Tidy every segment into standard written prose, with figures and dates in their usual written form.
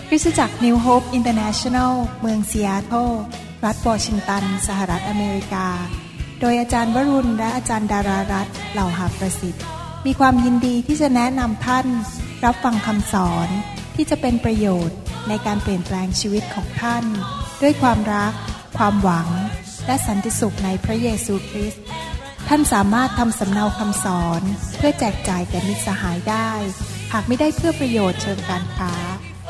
คริสตจักร New Hope International เมืองซีแอตเทิลรัฐวอชิงตันสหรัฐอเมริกาโดยอาจารย์วรุณและอาจารย์ดารารัตน์เหล่าหาประสิทธิ์มีความยินดีที่จะแนะนำท่านรับฟังคำสอนที่จะเป็นประโยชน์ในการเปลี่ยนแปลงชีวิตของท่านด้วยความรักความหวังและสันติสุขในพระเยซูคริสต์ท่านสามารถทำสำเนาคำสอนเพื่อแจกจ่ายแก่มิตรสหายได้หากไม่ได้เพื่อประโยชน์เชิงการค้า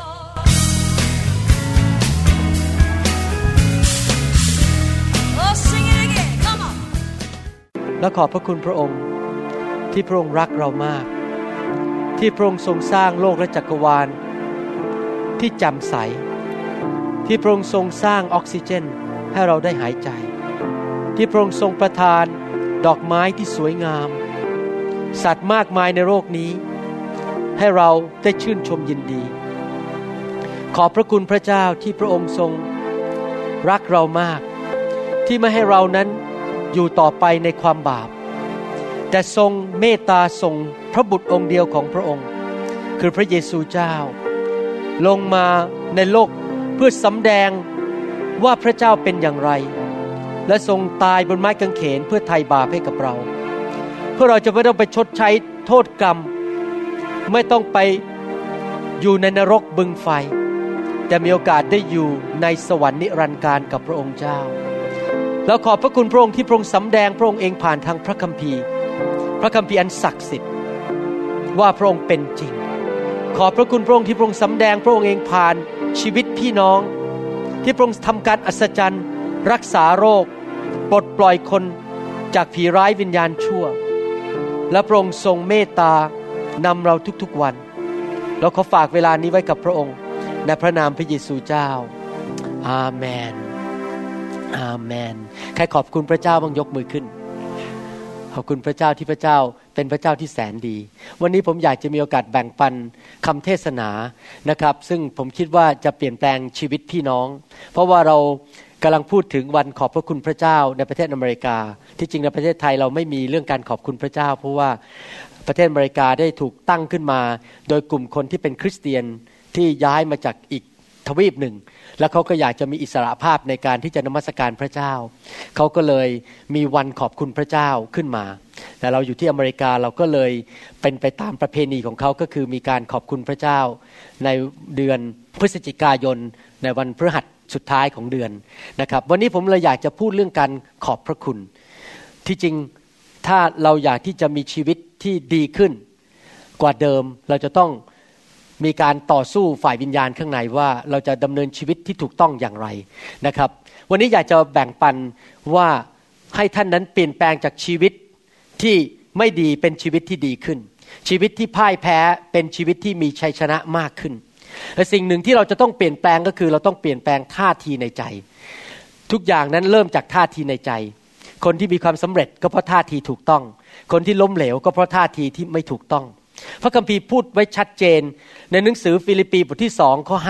และขอบพระคุณพระองค์ที่พระองค์รักเรามากที่พระองค์ทรงสร้างโลกและจักรวาลที่แจ่มใสที่พระองค์ทรงสร้างออกซิเจนให้เราได้หายใจที่พระองค์ทรงประทานดอกไม้ที่สวยงามสัตว์มากมายในโลกนี้ให้เราได้ชื่นชมยินดีขอบพระคุณพระเจ้าที่พระองค์ทรงรักเรามากที่ไม่ให้เรานั้นอยู่ต่อไปในความบาปแต่ทรงเมตตาส่งพระบุตรองค์เดียวของพระองค์คือพระเยซูเจ้าลงมาในโลกเพื่อสำแดงว่าพระเจ้าเป็นอย่างไรและทรงตายบนไม้กางเขนเพื่อไถ่บาปให้กับเราเพื่อเราจะไม่ต้องไปชดใช้โทษกรรมไม่ต้องไปอยู่ในนรกบึงไฟแต่มีโอกาสได้อยู่ในสวรรค์นิรันดร์กาลกับพระองค์เจ้าแล้วขอบพระคุณพระองค์ที่พระองค์สำแดงพระองค์เองผ่านทางพระคัมภีร์อันศักดิ์สิทธิ์ว่าพระองค์เป็นจริงขอบพระคุณพระองค์ที่พระองค์สำแดงพระองค์เองผ่านชีวิตพี่น้องที่พระองค์ทำการอัศจรรย์รักษาโรคปลดปล่อยคนจากผีร้ายวิญญาณชั่วและพระองค์ทรงเมตตานำเราทุกๆวันเราขอฝากเวลานี้ไว้กับพระองค์ในพระนามพระเยซูเจ้าอาเมนอาเมนใครขอบคุณพระเจ้าบ้างยกมือขึ้นขอบคุณพระเจ้าที่พระเจ้าเป็นพระเจ้าที่แสนดีวันนี้ผมอยากจะมีโอกาสแบ่งปันคำเทศนานะครับซึ่งผมคิดว่าจะเปลี่ยนแปลงชีวิตพี่น้องเพราะว่าเรากำลังพูดถึงวันขอบพระคุณพระเจ้าในประเทศอเมริกาที่จริงในประเทศไทยเราไม่มีเรื่องการขอบคุณพระเจ้าเพราะว่าประเทศอเมริกาได้ถูกตั้งขึ้นมาโดยกลุ่มคนที่เป็นคริสเตียนที่ย้ายมาจากอีกทวีปหนึ่งแล้วเขาก็อยากจะมีอิสรภาพในการที่จะนมัสการพระเจ้าเขาก็เลยมีวันขอบคุณพระเจ้าขึ้นมาแต่เราอยู่ที่อเมริกาเราก็เลยเป็นไปตามประเพณีของเขาก็คือมีการขอบคุณพระเจ้าในเดือนพฤศจิกายนในวันพฤหัสสุดท้ายของเดือนนะครับวันนี้ผมเลยอยากจะพูดเรื่องการขอบพระคุณที่จริงถ้าเราอยากที่จะมีชีวิตที่ดีขึ้นกว่าเดิมเราจะต้องมีการต่อสู้ฝ่ายวิญญาณข้างในว่าเราจะดำเนินชีวิตที่ถูกต้องอย่างไรนะครับวันนี้อยากจะแบ่งปันว่าให้ท่านนั้นเปลี่ยนแปลงจากชีวิตที่ไม่ดีเป็นชีวิตที่ดีขึ้นชีวิตที่พ่ายแพ้เป็นชีวิตที่มีชัยชนะมากขึ้นและสิ่งหนึ่งที่เราจะต้องเปลี่ยนแปลงก็คือเราต้องเปลี่ยนแปลงท่าทีในใจทุกอย่างนั้นเริ่มจากท่าทีในใจคนที่มีความสำเร็จก็เพราะท่าทีถูกต้องคนที่ล้มเหลวก็เพราะท่าทีที่ไม่ถูกต้องพระคัมภีร์พูดไว้ชัดเจนในหนังสือฟิลิปปีบทที่2ข้อ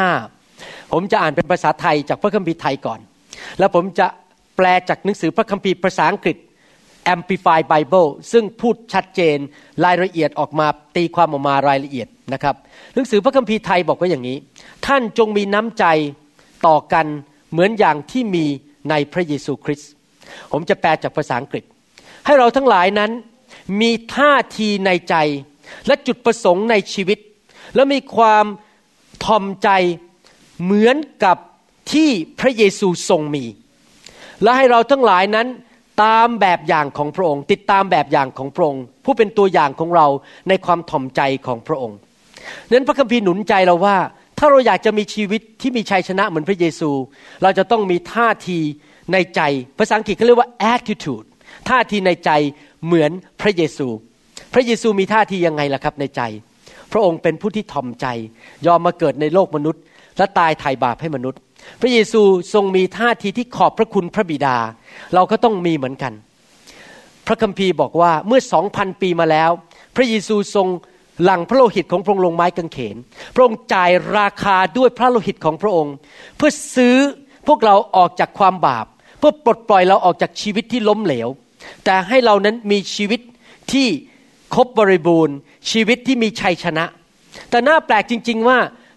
5ผมจะอ่านเป็นภาษาไทยจากพระคัมภีร์ไทยก่อนแล้วผมจะแปลจากหนังสือพระคัมภีร์ภาษาอังกฤษ Amplified Bible ซึ่งพูดชัดเจนรายละเอียดออกมาตีความออกมารายละเอียดนะครับหนังสือพระคัมภีร์ไทยบอกว่าอย่างนี้ท่านจงมีน้ำใจต่อกันเหมือนอย่างที่มีในพระเยซูคริสต์ผมจะแปลจากภาษาอังกฤษให้เราทั้งหลายนั้นมีท่าทีในใจและจุดประสงค์ในชีวิตและมีความทอมใจเหมือนกับที่พระเยซูทรงมีและให้เราทั้งหลายนั้นตามแบบอย่างของพระองค์ติดตามแบบอย่างของพระองค์ผู้เป็นตัวอย่างของเราในความถ่อมใจของพระองค์นั้นพระคัมภีร์หนุนใจเราว่าถ้าเราอยากจะมีชีวิตที่มีชัยชนะเหมือนพระเยซูเราจะต้องมีท่าทีในใจภาษาอังกฤษเขาเรียกว่า attitude ท่าทีในใจเหมือนพระเยซูพระเยซูมีท่าทียังไงล่ะครับในใจพระองค์เป็นผู้ที่ถ่อมใจยอมมาเกิดในโลกมนุษย์และตายไถ่บาปให้มนุษย์พระเยซูทรงมีท่าทีที่ขอบพระคุณพระบิดาเราก็ต้องมีเหมือนกันพระคัมภีร์บอกว่าเมื่อ 2,000 ปีมาแล้วพระเยซูทรงหลั่งพระโลหิตของพระองค์ลงไม้กางเขนพระองค์จ่ายราคาด้วยพระโลหิตของพระองค์เพื่อซื้อพวกเราออกจากความบาปเพื่อปลดปล่อยเราออกจากชีวิตที่ล้มเหลวแต่ให้เรานั้นมีชีวิตที่ครบบริบูรณ์ชีวิตที่มีชัยชนะแต่น่าแปลกจริงๆว่า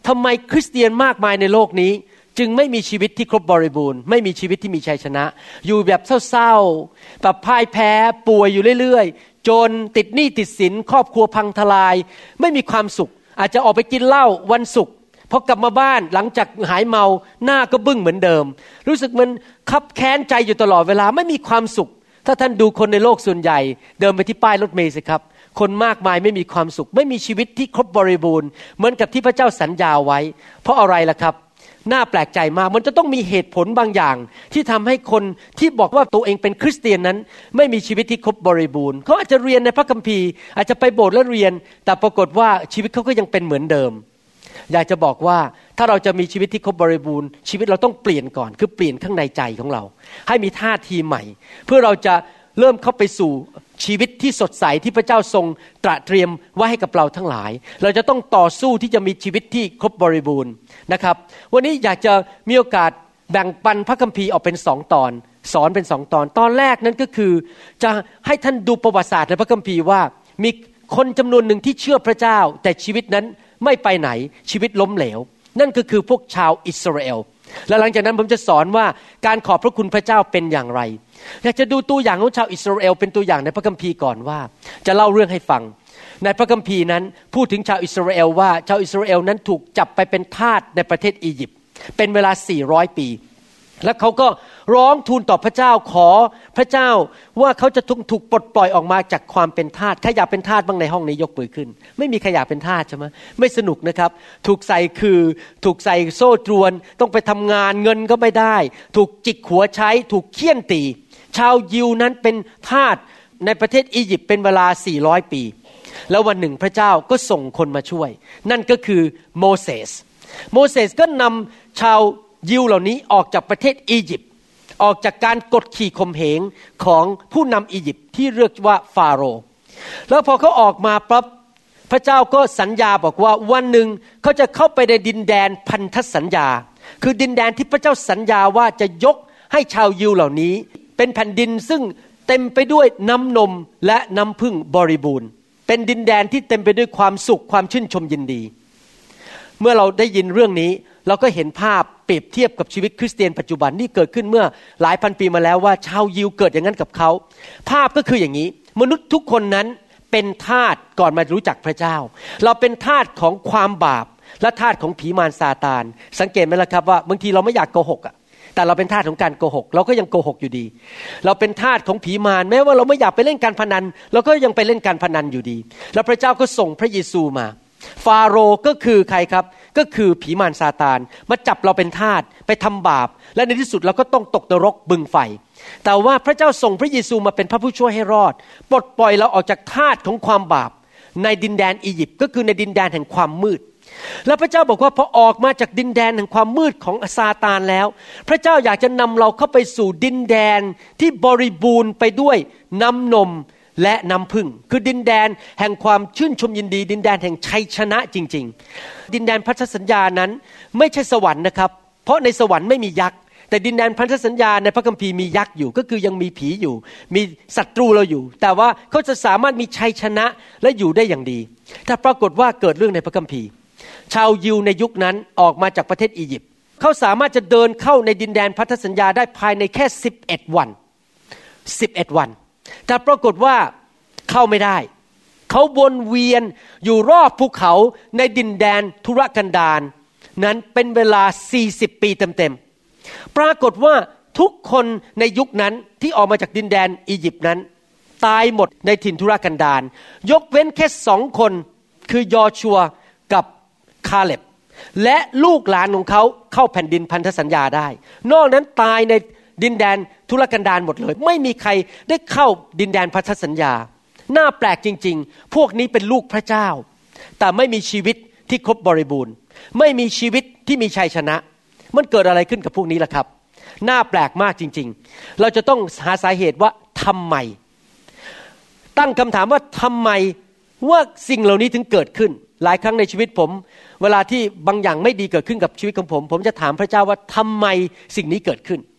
ทำไมคริสเตียนมากมายในโลกนี้จึงไม่มีชีวิตที่ครบบริบูรณ์ไม่มีชีวิตที่มีชัยชนะอยู่แบบเศร้าๆแบบพ่ายแพ้ป่วยอยู่เรื่อยๆจนติดหนี้ติดสินครอบครัวพังทลายไม่มีความสุขอาจจะออกไปกินเหล้าวันศุกร์พอกลับมาบ้านหลังจากหายเมาหน้าก็บึ้งเหมือนเดิมรู้สึกมันคับแค้นใจอยู่ตลอดเวลาไม่มีความสุขถ้าท่านดูคนในโลกส่วนใหญ่เดินไปที่ป้ายรถเมล์สิครับคนมากมายไม่มีความสุขไม่มีชีวิตที่ครบบริบูรณ์เหมือนกับที่พระเจ้าสัญญาไว้เพราะอะไรล่ะครับน่าแปลกใจมากมันจะต้องมีเหตุผลบางอย่างที่ทำให้คนที่บอกว่าตัวเองเป็นคริสเตียนนั้นไม่มีชีวิตที่ครบบริบูรณ์เขาอาจจะเรียนในพระคัมภีร์อาจจะไปโบสถ์แล้วเรียนแต่ปรากฏว่าชีวิตเขาก็ยังเป็นเหมือนเดิมอยากจะบอกว่าถ้าเราจะมีชีวิตที่ครบบริบูรณ์ชีวิตเราต้องเปลี่ยนก่อนคือเปลี่ยนข้างในใจของเราให้มีท่าทีใหม่เพื่อเราจะเริ่มเข้าไปสู่ชีวิตที่สดใสที่พระเจ้าทรงตระเตรียมไว้ให้กับเราทั้งหลายเราจะต้องต่อสู้ที่จะมีชีวิตที่ครบบริบูรณ์นะครับวันนี้อยากจะมีโอกาสแบ่งปันพระคัมภีร์ออกเป็น2ตอนสอนเป็น2ตอนตอนแรกนั้นก็คือจะให้ท่านดูประวัติศาสตร์ในพระคัมภีร์ว่ามีคนจำนวนหนึ่งที่เชื่อพระเจ้าแต่ชีวิตนั้นไม่ไปไหนชีวิตล้มเหลวนั่นก็คือพวกชาวอิสราเอลและหลังจากนั้นผมจะสอนว่าการขอบพระคุณพระเจ้าเป็นอย่างไรอยากจะดูตัวอย่างของชาวอิสราเอลเป็นตัวอย่างในพระคัมภีร์ก่อนว่าจะเล่าเรื่องให้ฟังในพระคัมภีร์นั้นพูดถึงชาวอิสราเอลว่าชาวอิสราเอลนั้นถูกจับไปเป็นทาสในประเทศอียิปต์เป็นเวลา400ปีและเขาก็ร้องทูลต่อพระเจ้าขอพระเจ้าว่าเขาจะถูกปลดปล่อยออกมาจากความเป็นทาสใครอยากเป็นทาสบ้างในห้องนี้ยกมือขึ้นไม่มีใครอยากเป็นทาสใช่ไหมไม่สนุกนะครับถูกใส่ถูกใส่โซ่ตรวนต้องไปทำงานเงินก็ไม่ได้ถูกจิกหัวใช้ถูกเฆี่ยนตีชาวยิวนั้นเป็นทาสในประเทศอียิปต์เป็นเวลา400ปีแล้ววันหนึ่งพระเจ้าก็ส่งคนมาช่วยนั่นก็คือโมเสสก็นำชาวยิวเหล่านี้ออกจากประเทศอียิปต์ออกจากการกดขี่ข่มเหงของผู้นำอียิปต์ที่เรียกว่าฟาโรห์แล้วพอเขาออกมาปั๊บพระเจ้าก็สัญญาบอกว่าวันหนึ่งเขาจะเข้าไปในดินแดนพันธสัญญาคือดินแดนที่พระเจ้าสัญญาว่าจะยกให้ชาวยิวเหล่านี้เป็นแผ่นดินซึ่งเต็มไปด้วยน้ำนมและน้ำผึ้งบริบูรณ์เป็นดินแดนที่เต็มไปด้วยความสุขความชื่นชมยินดีเมื่อเราได้ยินเรื่องนี้เราก็เห็นภาพเปรียบเทียบกับชีวิตคริสเตียนปัจจุบันนี่เกิดขึ้นเมื่อหลายพันปีมาแล้วว่าชาวยิวเกิดอย่างนั้นกับเขาภาพก็คืออย่างนี้มนุษย์ทุกคนนั้นเป็นทาสก่อนมารู้จักพระเจ้าเราเป็นทาสของความบาปและทาสของผีมารซาตานสังเกตไหมล่ะครับว่าบางทีเราไม่อยากโกหกแต่เราเป็นทาสของการโกหกเราก็ยังโกหกอยู่ดีเราเป็นทาสของผีมารแม้ว่าเราไม่อยากไปเล่นการพนันเราก็ยังไปเล่นการพนันอยู่ดีแล้วพระเจ้าก็ส่งพระเยซูมาฟาโรห์ก็คือใครครับก็คือผีมารซาตานมาจับเราเป็นทาสไปทำบาปและในที่สุดเราก็ต้องตกนรกบึงไฟแต่ว่าพระเจ้าส่งพระเยซูมาเป็นพระผู้ช่วยให้รอดปลดปล่อยเราออกจากทาสของความบาปในดินแดนอียิปต์ก็คือในดินแดนแห่งความมืดแล้วพระเจ้าบอกว่าพอออกมาจากดินแดนแห่งความมืดของซาตานแล้วพระเจ้าอยากจะนำเราเข้าไปสู่ดินแดนที่บริบูรณ์ไปด้วยน้ำนมและน้ำผึ้งคือดินแดนแห่งความชื่นชมยินดีดินแดนแห่งชัยชนะจริงๆดินแดนพันธสัญญานั้นไม่ใช่สวรรค์นะครับเพราะในสวรรค์ไม่มียักษ์แต่ดินแดนพันธสัญญาในพระคัมภีร์มียักษ์อยู่ก็คือยังมีผีอยู่มีศัตรูเราอยู่แต่ว่าเขาจะสามารถมีชัยชนะและอยู่ได้อย่างดีแต่ปรากฏว่าเกิดเรื่องในพระคัมภีร์ชาวยิวในยุคนั้นออกมาจากประเทศอียิปต์เขาสามารถจะเดินเข้าในดินแดนพันธสัญญาได้ภายในแค่11วันแต่ปรากฏว่าเข้าไม่ได้เขาวนเวียนอยู่รอบภูเขาในดินแดนทุรกันดารนั้นเป็นเวลา40ปีเต็มๆปรากฏว่าทุกคนในยุคนั้นที่ออกมาจากดินแดนอียิปต์นั้นตายหมดในถิ่นทุรกันดารยกเว้นแค่2คนคือยอชัวกับคาเล็บและลูกหลานของเขาเข้าแผ่นดินพันธสัญญาได้นอกนั้นตายในดินแดนทุรกันดารหมดเลยไม่มีใครได้เข้าดินแดนพันธสัญญาน่าแปลกจริงๆพวกนี้เป็นลูกพระเจ้าแต่ไม่มีชีวิตที่ครบบริบูรณ์ไม่มีชีวิตที่มีชัยชนะมันเกิดอะไรขึ้นกับพวกนี้ล่ะครับน่าแปลกมากจริงๆเราจะต้องหาสาเหตุว่าทำไมตั้งคำถามว่าทำไมว่าสิ่งเหล่านี้ถึงเกิดขึ้นหลายครั้งในชีวิตผมเวลาที่บางอย่างไม่ดีเกิดขึ้นกับชีวิตของผมจะถามพระเจ้าว่าทำไมสิ่งนี้เกิดขึ้น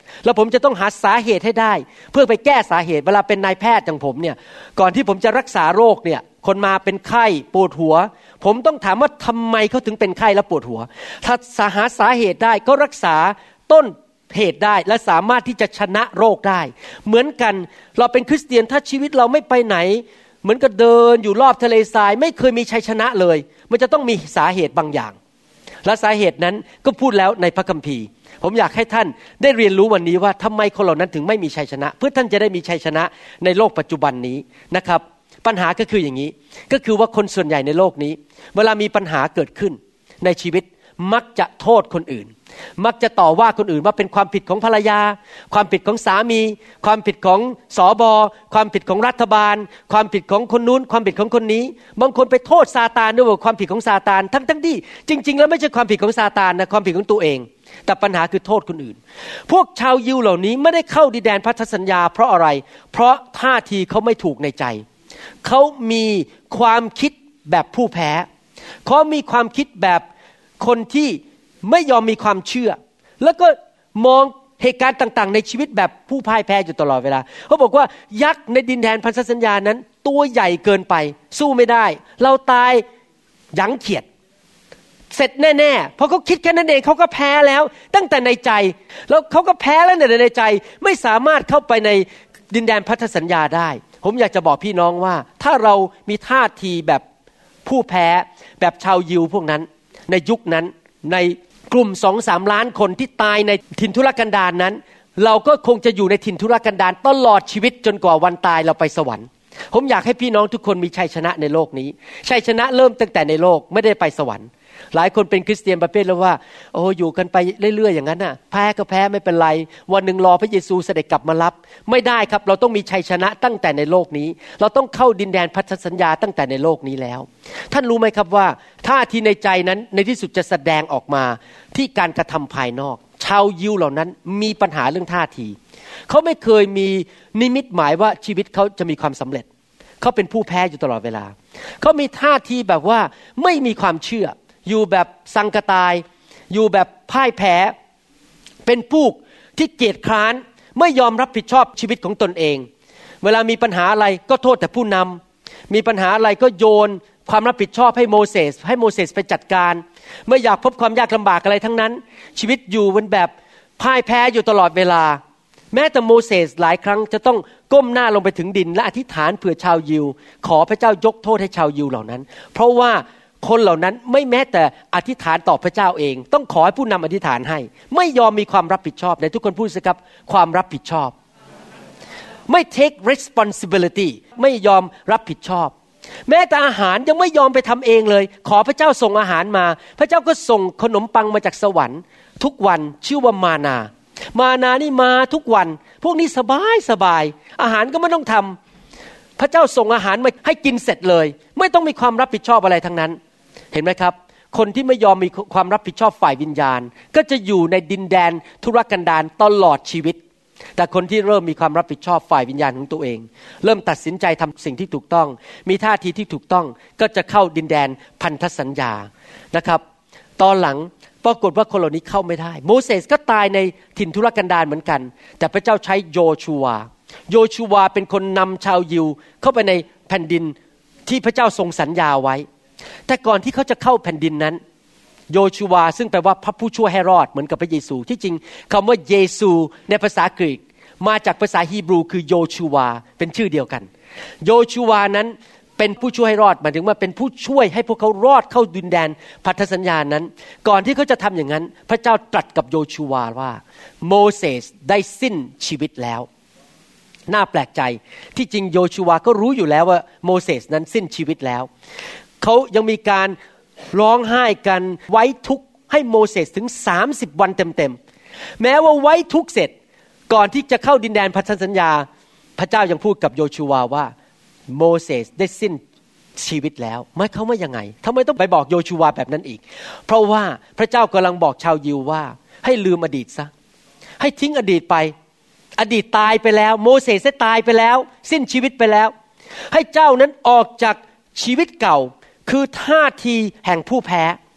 แล้วผมจะต้องหาสาเหตุให้ได้เพื่อไปแก้สาเหตุเวลาเป็นนายแพทย์อย่างผมเนี่ยก่อนที่ผมจะรักษาโรคเนี่ยคนมาเป็นไข้ปวดหัวผมต้องถามว่าทำไมเขาถึงเป็นไข้และปวดหัวถ้าหาสาเหตุได้ก็รักษาต้นเหตุได้และสามารถที่จะชนะโรคได้เหมือนกันเราเป็นคริสเตียนถ้าชีวิตเราไม่ไปไหนเหมือนกับเดินอยู่รอบทะเลทรายไม่เคยมีชัยชนะเลยมันจะต้องมีสาเหตุบางอย่างและสาเหตุนั้นก็พูดแล้วในพระคัมภีร์ผมอยากให้ท่านได้เรียนรู้วันนี้ว่าทำไมคนเหล่านั้นถึงไม่มีชัยชนะเพื่อท่านจะได้มีชัยชนะในโลกปัจจุบันนี้นะครับปัญหาก็คืออย่างนี้ก็คือว่าคนส่วนใหญ่ในโลกนี้เวลามีปัญหาเกิดขึ้นในชีวิตมักจะโทษคนอื่นมักจะต่อว่าคนอื่นว่าเป็นความผิดของภรรยาความผิดของสามีความผิดของสบความผิดของรัฐบาลความผิดของคนนู้นความผิดของคนนี้บางคนไปโทษซาตานด้วยว่าความผิดของซาตานทั้งที่จริงๆแล้วไม่ใช่ความผิดของซาตานนะความผิดของตัวเองแต่ปัญหาคือโทษคนอื่นพวกชาวยิวเหล่านี้ไม่ได้เข้าดินแดนพันธสัญญาเพราะอะไรเพราะท่าทีเขาไม่ถูกในใจเขามีความคิดแบบผู้แพ้เขามีความคิดแบบคนที่ไม่ยอมมีความเชื่อแล้วก็มองเหตุการณ์ต่างๆในชีวิตแบบผู้พ่ายแพ้อยู่ตลอดเวลาเขาบอกว่ายักษ์ในดินแดนพันธสัญญานั้นตัวใหญ่เกินไปสู้ไม่ได้เราตายหยั้งเขียดเสร็จแน่ๆเพราะเขาคิดแค่นั้นเองเขาก็แพ้แล้วตั้งแต่ในใจแล้วเขาก็แพ้แล้วในใจไม่สามารถเข้าไปในดินแดนพันธสัญญาได้ผมอยากจะบอกพี่น้องว่าถ้าเรามีท่าทีแบบผู้แพ้แบบชาวยิวพวกนั้นในยุคนั้นในกลุ่ม 2-3 ล้านคนที่ตายในถิ่นทุรกันดารนั้นเราก็คงจะอยู่ในถิ่นทุรกันดารตลอดชีวิตจนกว่าวันตายเราไปสวรรค์ผมอยากให้พี่น้องทุกคนมีชัยชนะในโลกนี้ชัยชนะเริ่มตั้งแต่ในโลกไม่ได้ไปสวรรค์หลายคนเป็นคริสเตียนประเภทแล้วว่าโอ้อยู่กันไปเรื่อยๆอย่างนั้นน่ะแพ้ก็แพ้ไม่เป็นไรวันหนึ่งรอพระเยซูเสด็จกลับมารับไม่ได้ครับเราต้องมีชัยชนะตั้งแต่ในโลกนี้เราต้องเข้าดินแดนพันธสัญญาตั้งแต่ในโลกนี้แล้วท่านรู้ไหมครับว่าท่าทีในใจนั้นในที่สุดจะแสดงออกมาที่การกระทำภายนอกชาวยิวเหล่านั้นมีปัญหาเรื่องท่าทีเขาไม่เคยมีนิมิตหมายว่าชีวิตเขาจะมีความสำเร็จเขาเป็นผู้แพ้อยู่ตลอดเวลาเขามีท่าทีแบบว่าไม่มีความเชื่ออยู่แบบสังกตายอยู่แบบพ่ายแพ้เป็นผู้ที่เกียจคร้านไม่ยอมรับผิดชอบชีวิตของตนเองเวลามีปัญหาอะไรก็โทษแต่ผู้นำมีปัญหาอะไรก็โยนความรับผิดชอบให้โมเสสไปจัดการไม่อยากพบความยากลำบากอะไรทั้งนั้นชีวิตอยู่บนแบบพ่ายแพ้อยู่ตลอดเวลาแม้แต่โมเสสหลายครั้งจะต้องก้มหน้าลงไปถึงดินและอธิษฐานเผื่อชาวยิวขอพระเจ้ายกโทษให้ชาวยิวเหล่านั้นเพราะว่าคนเหล่านั้นไม่แม้แต่อธิษฐานต่อพระเจ้าเองต้องขอให้ผู้นำอธิษฐานให้ไม่ยอมมีความรับผิดชอบในทุกคนพูดสิครับความรับผิดชอบไม่ take responsibility ไม่ยอมรับผิดชอบแม้แต่อาหารยังไม่ยอมไปทำเองเลยขอพระเจ้าส่งอาหารมาพระเจ้าก็ส่งขนมปังมาจากสวรรค์ทุกวันชื่อว่ามานานี่มาทุกวันพวกนี้สบายอาหารก็ไม่ต้องทำพระเจ้าส่งอาหารมาให้กินเสร็จเลยไม่ต้องมีความรับผิดชอบอะไรทั้งนั้นเห็นไหมครับคนที่ไม่ยอมมีความรับผิดชอบฝ่ายวิญญาณก็จะอยู่ในดินแดนทุรกันดารตลอดชีวิตแต่คนที่เริ่มมีความรับผิดชอบฝ่ายวิญญาณของตัวเองเริ่มตัดสินใจทำสิ่งที่ถูกต้องมีท่าทีที่ถูกต้องก็จะเข้าดินแดนพันธสัญญานะครับตอนหลังปรากฏว่าคนเหล่านี้เข้าไม่ได้โมเสสก็ตายในถิ่นทุรกันดารเหมือนกันแต่พระเจ้าใช้โยชูวาเป็นคนนำชาวยิวเข้าไปในแผ่นดินที่พระเจ้าทรงสัญญาไว้แต่ก่อนที่เขาจะเข้าแผ่นดินนั้นโยชูวาซึ่งแปลว่าพระผู้ช่วยให้รอดเหมือนกับพระเยซูที่จริงคำว่าเยซูในภาษากรีกมาจากภาษาฮีบรูคือโยชูวาเป็นชื่อเดียวกันโยชูวานั้นเป็นผู้ช่วยให้รอดหมายถึงว่าเป็นผู้ช่วยให้พวกเขารอดเข้าดินแดนพันธสัญญานั้นก่อนที่เขาจะทำอย่างนั้นพระเจ้าตรัสกับโยชูวาว่าโมเสสได้สิ้นชีวิตแล้วน่าแปลกใจที่จริงโยชูวาก็รู้อยู่แล้วว่าโมเสสนั้นสิ้นชีวิตแล้วเขายังมีการร้องไห้กันไว้ทุกข์ให้โมเสสถึง30วันเต็มๆแม้ว่าไว้ทุกข์เสร็จก่อนที่จะเข้าดินแดนพันธสัญญาพระเจ้ายังพูดกับโยชูวาว่าโมเสสได้สิ้นชีวิตแล้วหมายความว่ายังไงทำไมต้องไปบอกโยชูวาแบบนั้นอีกเพราะว่าพระเจ้ากำลังบอกชาวยิวว่าให้ลืมอดีตซะให้ทิ้งอดีตไปอดีตตายไปแล้วโมเสสได้ตายไปแล้วสิ้นชีวิตไปแล้วให้เจ้านั้นออกจากชีวิตเก่าคือท่าทีแห่งผู้แพ้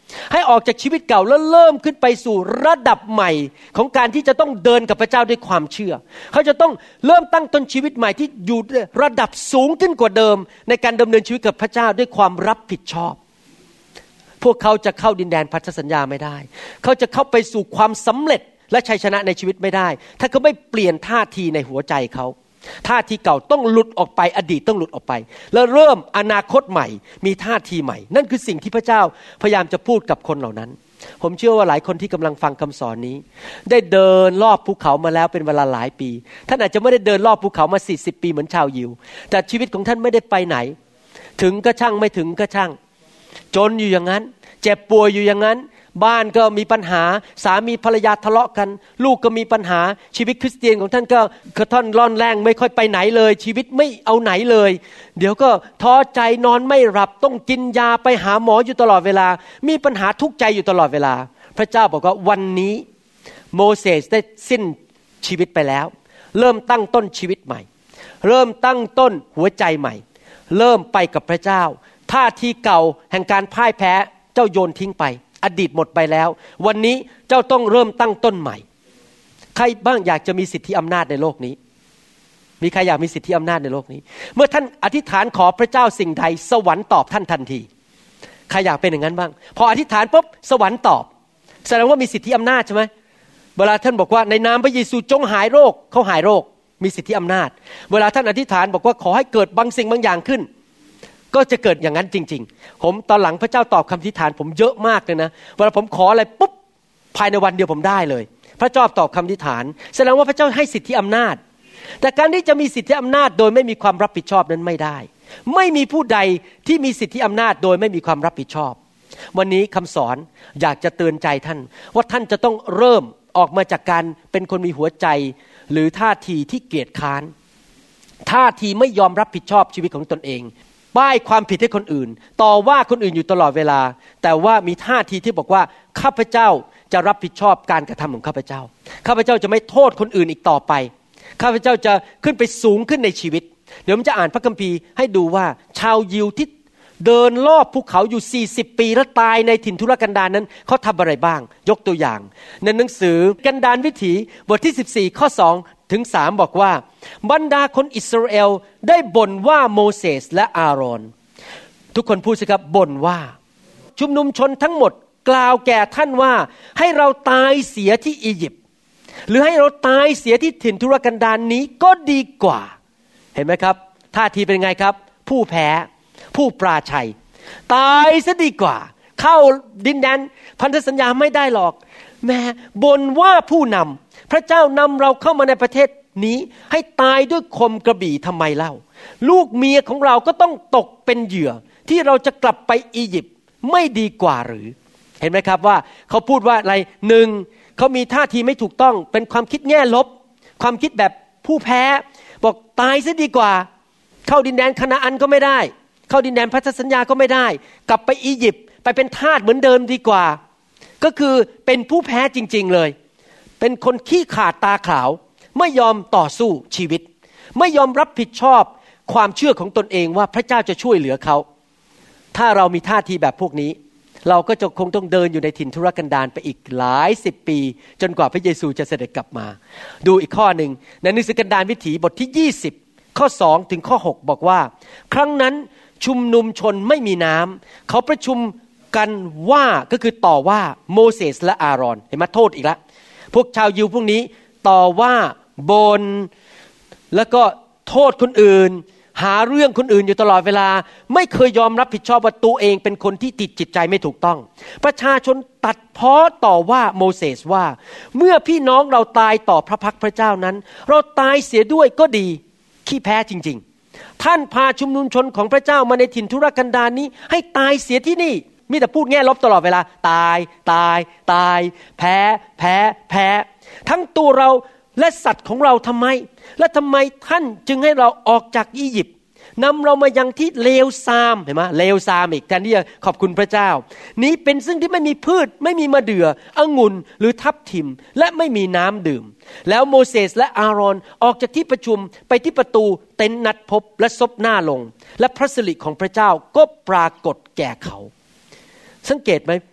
ให้ออกจากชีวิตเก่าแล้วเริ่มขึ้นไปสู่ระดับใหม่ของการที่จะต้องเดินกับพระเจ้าด้วยความเชื่อเขาจะต้องเริ่มตั้งต้นชีวิตใหม่ที่อยู่ระดับสูงขึ้นกว่าเดิมในการดำเนินชีวิตกับพระเจ้าด้วยความรับผิดชอบพวกเขาจะเข้าดินแดนพันธสัญญาไม่ได้เขาจะเข้าไปสู่ความสำเร็จและชัยชนะในชีวิตไม่ได้ถ้าเขาไม่เปลี่ยนท่าทีในหัวใจเขาท่าทีเก่าต้องหลุดออกไปอดีตต้องหลุดออกไปแล้วเริ่มอนาคตใหม่มีท่าทีใหม่นั่นคือสิ่งที่พระเจ้าพยายามจะพูดกับคนเหล่านั้นผมเชื่อว่าหลายคนที่กำลังฟังคำสอนนี้ได้เดินรอบภูเขามาแล้วเป็นเวลาหลายปีท่านอาจจะไม่ได้เดินรอบภูเขามา40ปีเหมือนชาวยิวแต่ชีวิตของท่านไม่ได้ไปไหนถึงก็ช่างไม่ถึงก็ช่างจนอยู่อย่างนั้นเจ็บป่วยอยู่อย่างนั้นบ้านก็มีปัญหาสามีภรรยาทะเลาะกันลูกก็มีปัญหาชีวิตคริสเตียนของท่านก็กระท่อนร่อนแรงไม่ค่อยไปไหนเลยชีวิตไม่เอาไหนเลยเดี๋ยวก็ท้อใจนอนไม่หลับต้องกินยาไปหาหมออยู่ตลอดเวลามีปัญหาทุกข์ใจอยู่ตลอดเวลาพระเจ้าบอกว่าวันนี้โมเสสได้สิ้นชีวิตไปแล้วเริ่มตั้งต้นชีวิตใหม่เริ่มตั้งต้นหัวใจใหม่เริ่มไปกับพระเจ้าท่าทีเก่าแห่งการพ่ายแพ้เจ้าโยนทิ้งไปอดีตหมดไปแล้ววันนี้เจ้าต้องเริ่มตั้งต้นใหม่ใครบ้างอยากจะมีสิทธิอำนาจในโลกนี้มีใครอยากมีสิทธิอำนาจในโลกนี้เมื่อท่านอธิษฐานขอพระเจ้าสิ่งใดสวรรค์ตอบท่านทันทีใครอยากเป็นอย่างนั้นบ้างพออธิษฐานปุ๊บสวรรค์ตอบแสดงว่ามีสิทธิอำนาจใช่ไหมเวลาท่านบอกว่าในนามพระเยซูจงหายโรคเขาหายโรคมีสิทธิอำนาจเวลาท่านอธิษฐานบอกว่าขอให้เกิดบางสิ่งบางอย่างขึ้นก็จะเกิดอย่างนั้นจริงๆผมตอนหลังพระเจ้าตอบคำอธิษฐานผมเยอะมากเลยนะเวลาผมขออะไรปุ๊บภายในวันเดียวผมได้เลยพระเจ้าตอบคำอธิษฐานแสดงว่าพระเจ้าให้สิทธิอำนาจแต่การที่จะมีสิทธิอำนาจโดยไม่มีความรับผิดชอบนั้นไม่ได้ไม่มีผู้ใดที่มีสิทธิอำนาจโดยไม่มีความรับผิดชอบวันนี้คำสอนอยากจะเตือนใจท่านว่าท่านจะต้องเริ่มออกมาจากการเป็นคนมีหัวใจหรือท่าทีที่เกียจค้านท่าทีไม่ยอมรับผิดชอบชีวิตของตนเองป้ายความผิดให้คนอื่นต่อว่าคนอื่นอยู่ตลอดเวลาแต่ว่ามีท่าทีที่บอกว่าข้าพเจ้าจะรับผิดชอบการกระทำของข้าพเจ้าข้าพเจ้าจะไม่โทษคนอื่นอีกต่อไปข้าพเจ้าจะขึ้นไปสูงขึ้นในชีวิตเดี๋ยวผมจะอ่านพระคัมภีร์ให้ดูว่าชาวยิวที่เดินรอบภูเขาอยู่40ปีแล้วตายในถิ่นทุรกันดารนั้นเขาทำอะไรบ้างยกตัวอย่างในหนังสือกันดารวิถีบทที่14ข้อ2ถึง3บอกว่าบรรดาคนอิสราเอลได้บ่นว่าโมเสสและอาโรนทุกคนพูดสิครับบ่นว่าชุมนุมชนทั้งหมดกล่าวแก่ท่านว่าให้เราตายเสียที่อียิปต์หรือให้เราตายเสียที่ถิ่นทุรกันดารนี้ก็ดีกว่าเห็นไหมครับท่าทีเป็นไงครับผู้แพ้ผู้ปราชัยตายซะดีกว่าเข้าดินแดนพันธสัญญาไม่ได้หรอกแม้บ่นว่าผู้นำพระเจ้านำเราเข้ามาในประเทศนี้ให้ตายด้วยคมกระบี่ทำไมเล่าลูกเมียของเราก็ต้องตกเป็นเหยื่อที่เราจะกลับไปอียิปต์ไม่ดีกว่าหรือเห็นไหมครับว่าเขาพูดว่าอะไรหนึ่งเขามีท่าทีไม่ถูกต้องเป็นความคิดแง่ลบความคิดแบบผู้แพ้บอกตายซะดีกว่าเข้าดินแดนคานาอันก็ไม่ได้เข้าดินแดนพันธสัญญาก็ไม่ได้กลับไปอียิปต์ไปเป็นทาสเหมือนเดิมดีกว่าก็คือเป็นผู้แพ้จริงๆเลยเป็นคนขี้ขาดตาขาวไม่ยอมต่อสู้ชีวิตไม่ยอมรับผิดชอบความเชื่อของตนเองว่าพระเจ้าจะช่วยเหลือเขาถ้าเรามีท่าทีแบบพวกนี้เราก็จะคงต้องเดินอยู่ในถิ่นทุรกันดารไปอีกหลาย10ปีจนกว่าพระเยซูจะเสด็จกลับมาดูอีกข้อหนึ่งในหนังสือกันดารวิถีบทที่20ข้อ2ถึงข้อ6บอกว่าครั้งนั้นชุมนุมชนไม่มีน้ำเขาประชุมกันว่าก็คือต่อว่าโมเสสและอาโรนเห็นไหมโทษอีกแล้วพวกชาวยิวพวกนี้ต่อว่าบ่นแล้วก็โทษคนอื่นหาเรื่องคนอื่นอยู่ตลอดเวลาไม่เคยยอมรับผิดชอบว่าตัวเองเป็นคนที่ติดจิตใจไม่ถูกต้องประชาชนตัดพ้อต่อว่าโมเสสว่าเมื่อพี่น้องเราตายต่อพระพักพระเจ้านั้นเราตายเสียด้วยก็ดีขี้แพ้จริงๆท่านพาชุมนุมชนของพระเจ้ามาในถิ่นทุรกันดารนี้ให้ตายเสียที่นี่มีแต่พูดแง่ลบตลอดเวลาตายตายตายแพ้แพ้แพ้ทั้งตัวเราและสัตว์ของเราทำไมและทำไมท่านจึงให้เราออกจากอียิปต์นำเรามายังที่เลวทรามเห็นไหมเลวทรามอีกแทนที่จะขอบคุณพระเจ้านี้เป็นซึ่งที่ไม่มีพืชไม่มีมะเดื่อองุ่นหรือทับทิมและไม่มีน้ำดื่มแล้วโมเสสและอาโรนออกจากที่ประชุมไปที่ประตูเต็นท์นัดพบและซบหน้าลงและพระสิริของพระเจ้าก็ปรากฏแก่เขาสังเกตไหม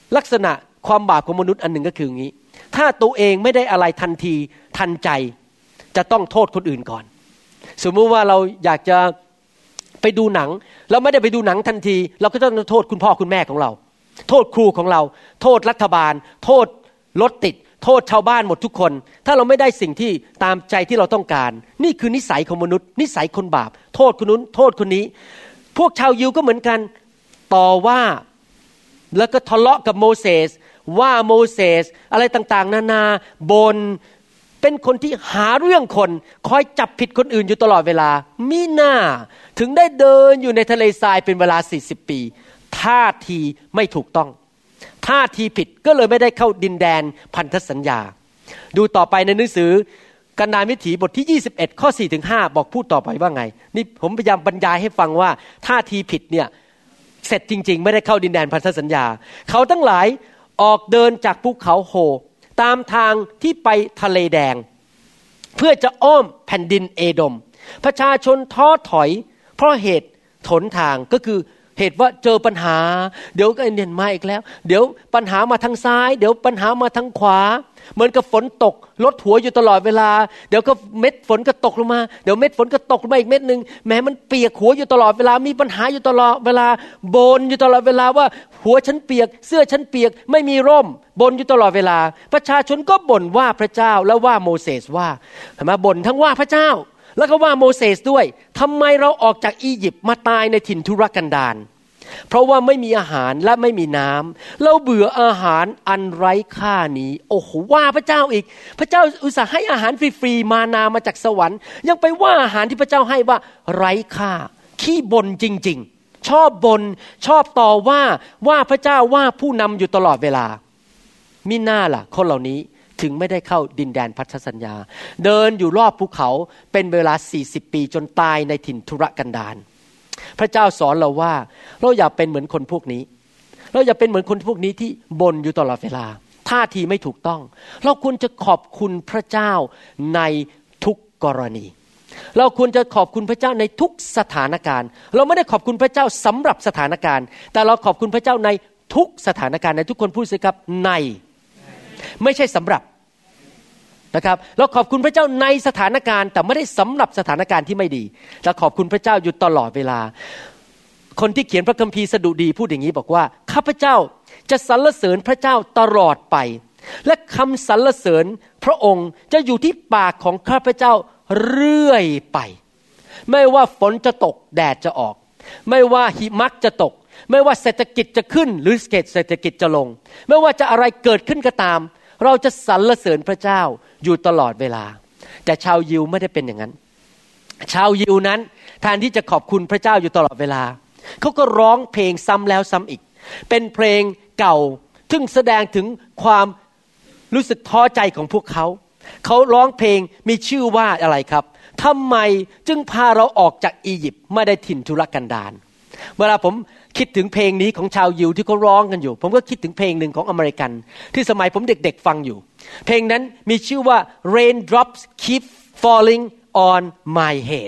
ลักษณะความบาปของมนุษย์อันหนึ่งก็คืออย่างนี้ถ้าตัวเองไม่ได้อะไรทันทีทันใจจะต้องโทษคนอื่นก่อนสมมุติว่าเราอยากจะไปดูหนังเราไม่ได้ไปดูหนังทันทีเราก็ต้องโทษคุณพ่อคุณแม่ของเราโทษครูของเราโทษรัฐบาลโทษรถติดโทษชาวบ้านหมดทุกคนถ้าเราไม่ได้สิ่งที่ตามใจที่เราต้องการนี่คือนิสัยของมนุษย์นิสัยคนบาปโทษคนนู้นโทษคนนี้พวกชาวยิวก็เหมือนกันต่อว่าแล้วก็ทะเลาะกับโมเสสว่าโมเสสอะไรต่างๆนานาบ่นเป็นคนที่หาเรื่องคนคอยจับผิดคนอื่นอยู่ตลอดเวลามิน่าถึงได้เดินอยู่ในทะเลทรายเป็นเวลา40ปีท่าทีไม่ถูกต้องท่าทีผิดก็เลยไม่ได้เข้าดินแดนพันธสัญญาดูต่อไปในหนังสือกันดารวิถีบทที่21ข้อ 4-5 บอกพูดต่อไปว่าไงนี่ผมพยายามบรรยายให้ฟังว่าท่าทีผิดเนี่ยเสร็จจริงๆไม่ได้เข้าดินแดนพันธสัญญาเขาทั้งหลายออกเดินจากภูเขาโฮตามทางที่ไปทะเลแดงเพื่อจะอ้อมแผ่นดินเอโดมประชาชนท้อถอยเพราะเหตุถนทางก็คือเหตุว่าเจอปัญหาเดี๋ยวก็เนียนมาอีกแล้วเดี๋ยวปัญหามาทางซ้ายเดี๋ยวปัญหามาทางขวาเหมือนกับฝนตกลดหัวอยู่ตลอดเวลาเดี๋ยวก็เม็ดฝนก็ตกลงมาเดี๋ยวเม็ดฝนก็ตกลงมาอีกเม็ดนึงแม้มันเปียกหัวอยู่ตลอดเวลามีปัญหาอยู่ตลอดเวลาบ่นอยู่ตลอดเวลาว่าหัวฉันเปียกเสื้อฉันเปียกไม่มีร่มบ่นอยู่ตลอดเวลาประชาชนก็บ่นว่าพระเจ้าและว่าโมเสสว่าเห็นมั้ยบ่นทั้งว่าพระเจ้าแล้วก็ว่าโมเสสด้วยทำไมเราออกจากอียิปต์มาตายในถิ่นทุรกันดารเพราะว่าไม่มีอาหารและไม่มีน้ำเราเบื่ออาหารอันไร้ค่านี้โอ้โหว่าพระเจ้าอีกพระเจ้าอุตส่าห์ให้อาหารฟรีๆมานามาจากสวรรค์ยังไปว่าอาหารที่พระเจ้าให้ว่าไร้ค่าขี้บ่นจริงๆชอบบ่นชอบต่อว่าพระเจ้าว่าผู้นำอยู่ตลอดเวลามิน่าล่ะคนเหล่านี้ถึงไม่ได้เข้าดินแดนพันธสัญญาเดินอยู่รอบภูเขาเป็นเวลา40ปีจนตายในถิ่นทุรกันดารพระเจ้าสอนเราว่าเราอย่าเป็นเหมือนคนพวกนี้เราอย่าเป็นเหมือนคนพวกนี้ที่บ่นอยู่ตลอดเวลาท่าทีไม่ถูกต้องเราควรจะขอบคุณพระเจ้าในทุกกรณีเราควรจะขอบคุณพระเจ้าในทุกสถานการณ์เราไม่ได้ขอบคุณพระเจ้าสำหรับสถานการณ์แต่เราขอบคุณพระเจ้าในทุกสถานการณ์ในทุกคนพูดสิครับในไม่ใช่สำหรับนะครับเราขอบคุณพระเจ้าในสถานการณ์แต่ไม่ได้สำหรับสถานการณ์ที่ไม่ดีเราขอบคุณพระเจ้าอยู่ตลอดเวลาคนที่เขียนพระคัมภีร์สดุดีพูดอย่างนี้บอกว่าข้าพเจ้าจะสรรเสริญพระเจ้าตลอดไปและคำสรรเสริญพระองค์จะอยู่ที่ปากของข้าพเจ้าเรื่อยไปไม่ว่าฝนจะตกแดดจะออกไม่ว่าหิมะจะตกไม่ว่าเศรษฐกิจจะขึ้นหรือเศรษฐกิจจะลงไม่ว่าจะอะไรเกิดขึ้นก็ตามเราจะสรรเสริญพระเจ้าอยู่ตลอดเวลาแต่ชาวยิวไม่ได้เป็นอย่างนั้นชาวยิวนั้นแทนที่จะขอบคุณพระเจ้าอยู่ตลอดเวลาเขาก็ร้องเพลงซ้ำแล้วซ้ำอีกเป็นเพลงเก่าซึ่งแสดงถึงความรู้สึกท้อใจของพวกเขาร้องเพลงมีชื่อว่าอะไรครับทำไมจึงพาเราออกจากอียิปต์ไม่ได้ถิ่นทุรกันดารเวลาผมคิดถึงเพลงนี้ของชาวยิวที่เขาร้องกันอยู่ผมก็คิดถึงเพลงหนึ่งของอเมริกันที่สมัยผมเด็กๆฟังอยู่เพลงนั้นมีชื่อว่า Raindrops Keep Falling on My Head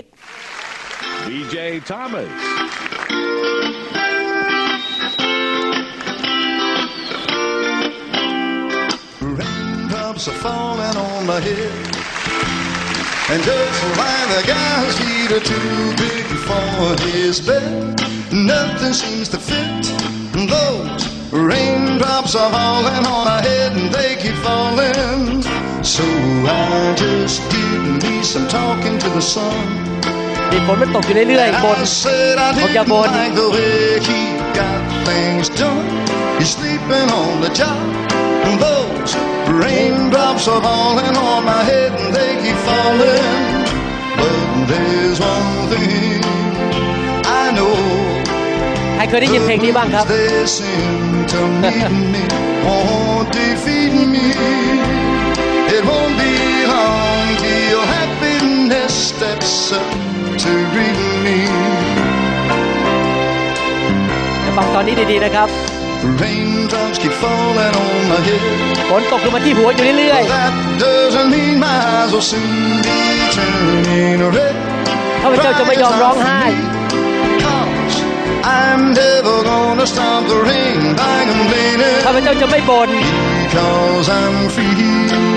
DJ Thomas Raindrops are falling on my head And just like the guy's feet are too big for his bed Nothing seems to fit Those raindrops are falling on my head And they keep falling So I just did me some talking to the sun นี่ฝนมันตกอยู่เรื่อยๆบนผมอย่าบ่น like the way he got things done He's sleeping on the job Those raindrops are falling on my head And they keep falling But there's one thing I know ใครเคยได้ยินเพลงนี้บ้างครับ They seem to meet me Won't defeat me It won't be long Till happiness steps up to greet me ฟังตอนนี้ดีๆนะครับ Raindrops keep falling on my head ฝนตกลงมาที่หัวอยู่เรื่อย That doesn't mean my eyes will soon be turning red ๆข้าพเจ้าจะไม่ยอมร้องไห้ Cause I'm never gonna stop the rain by complaining ข้าพพระเจ้าจะไม่บ่น Because I'm free,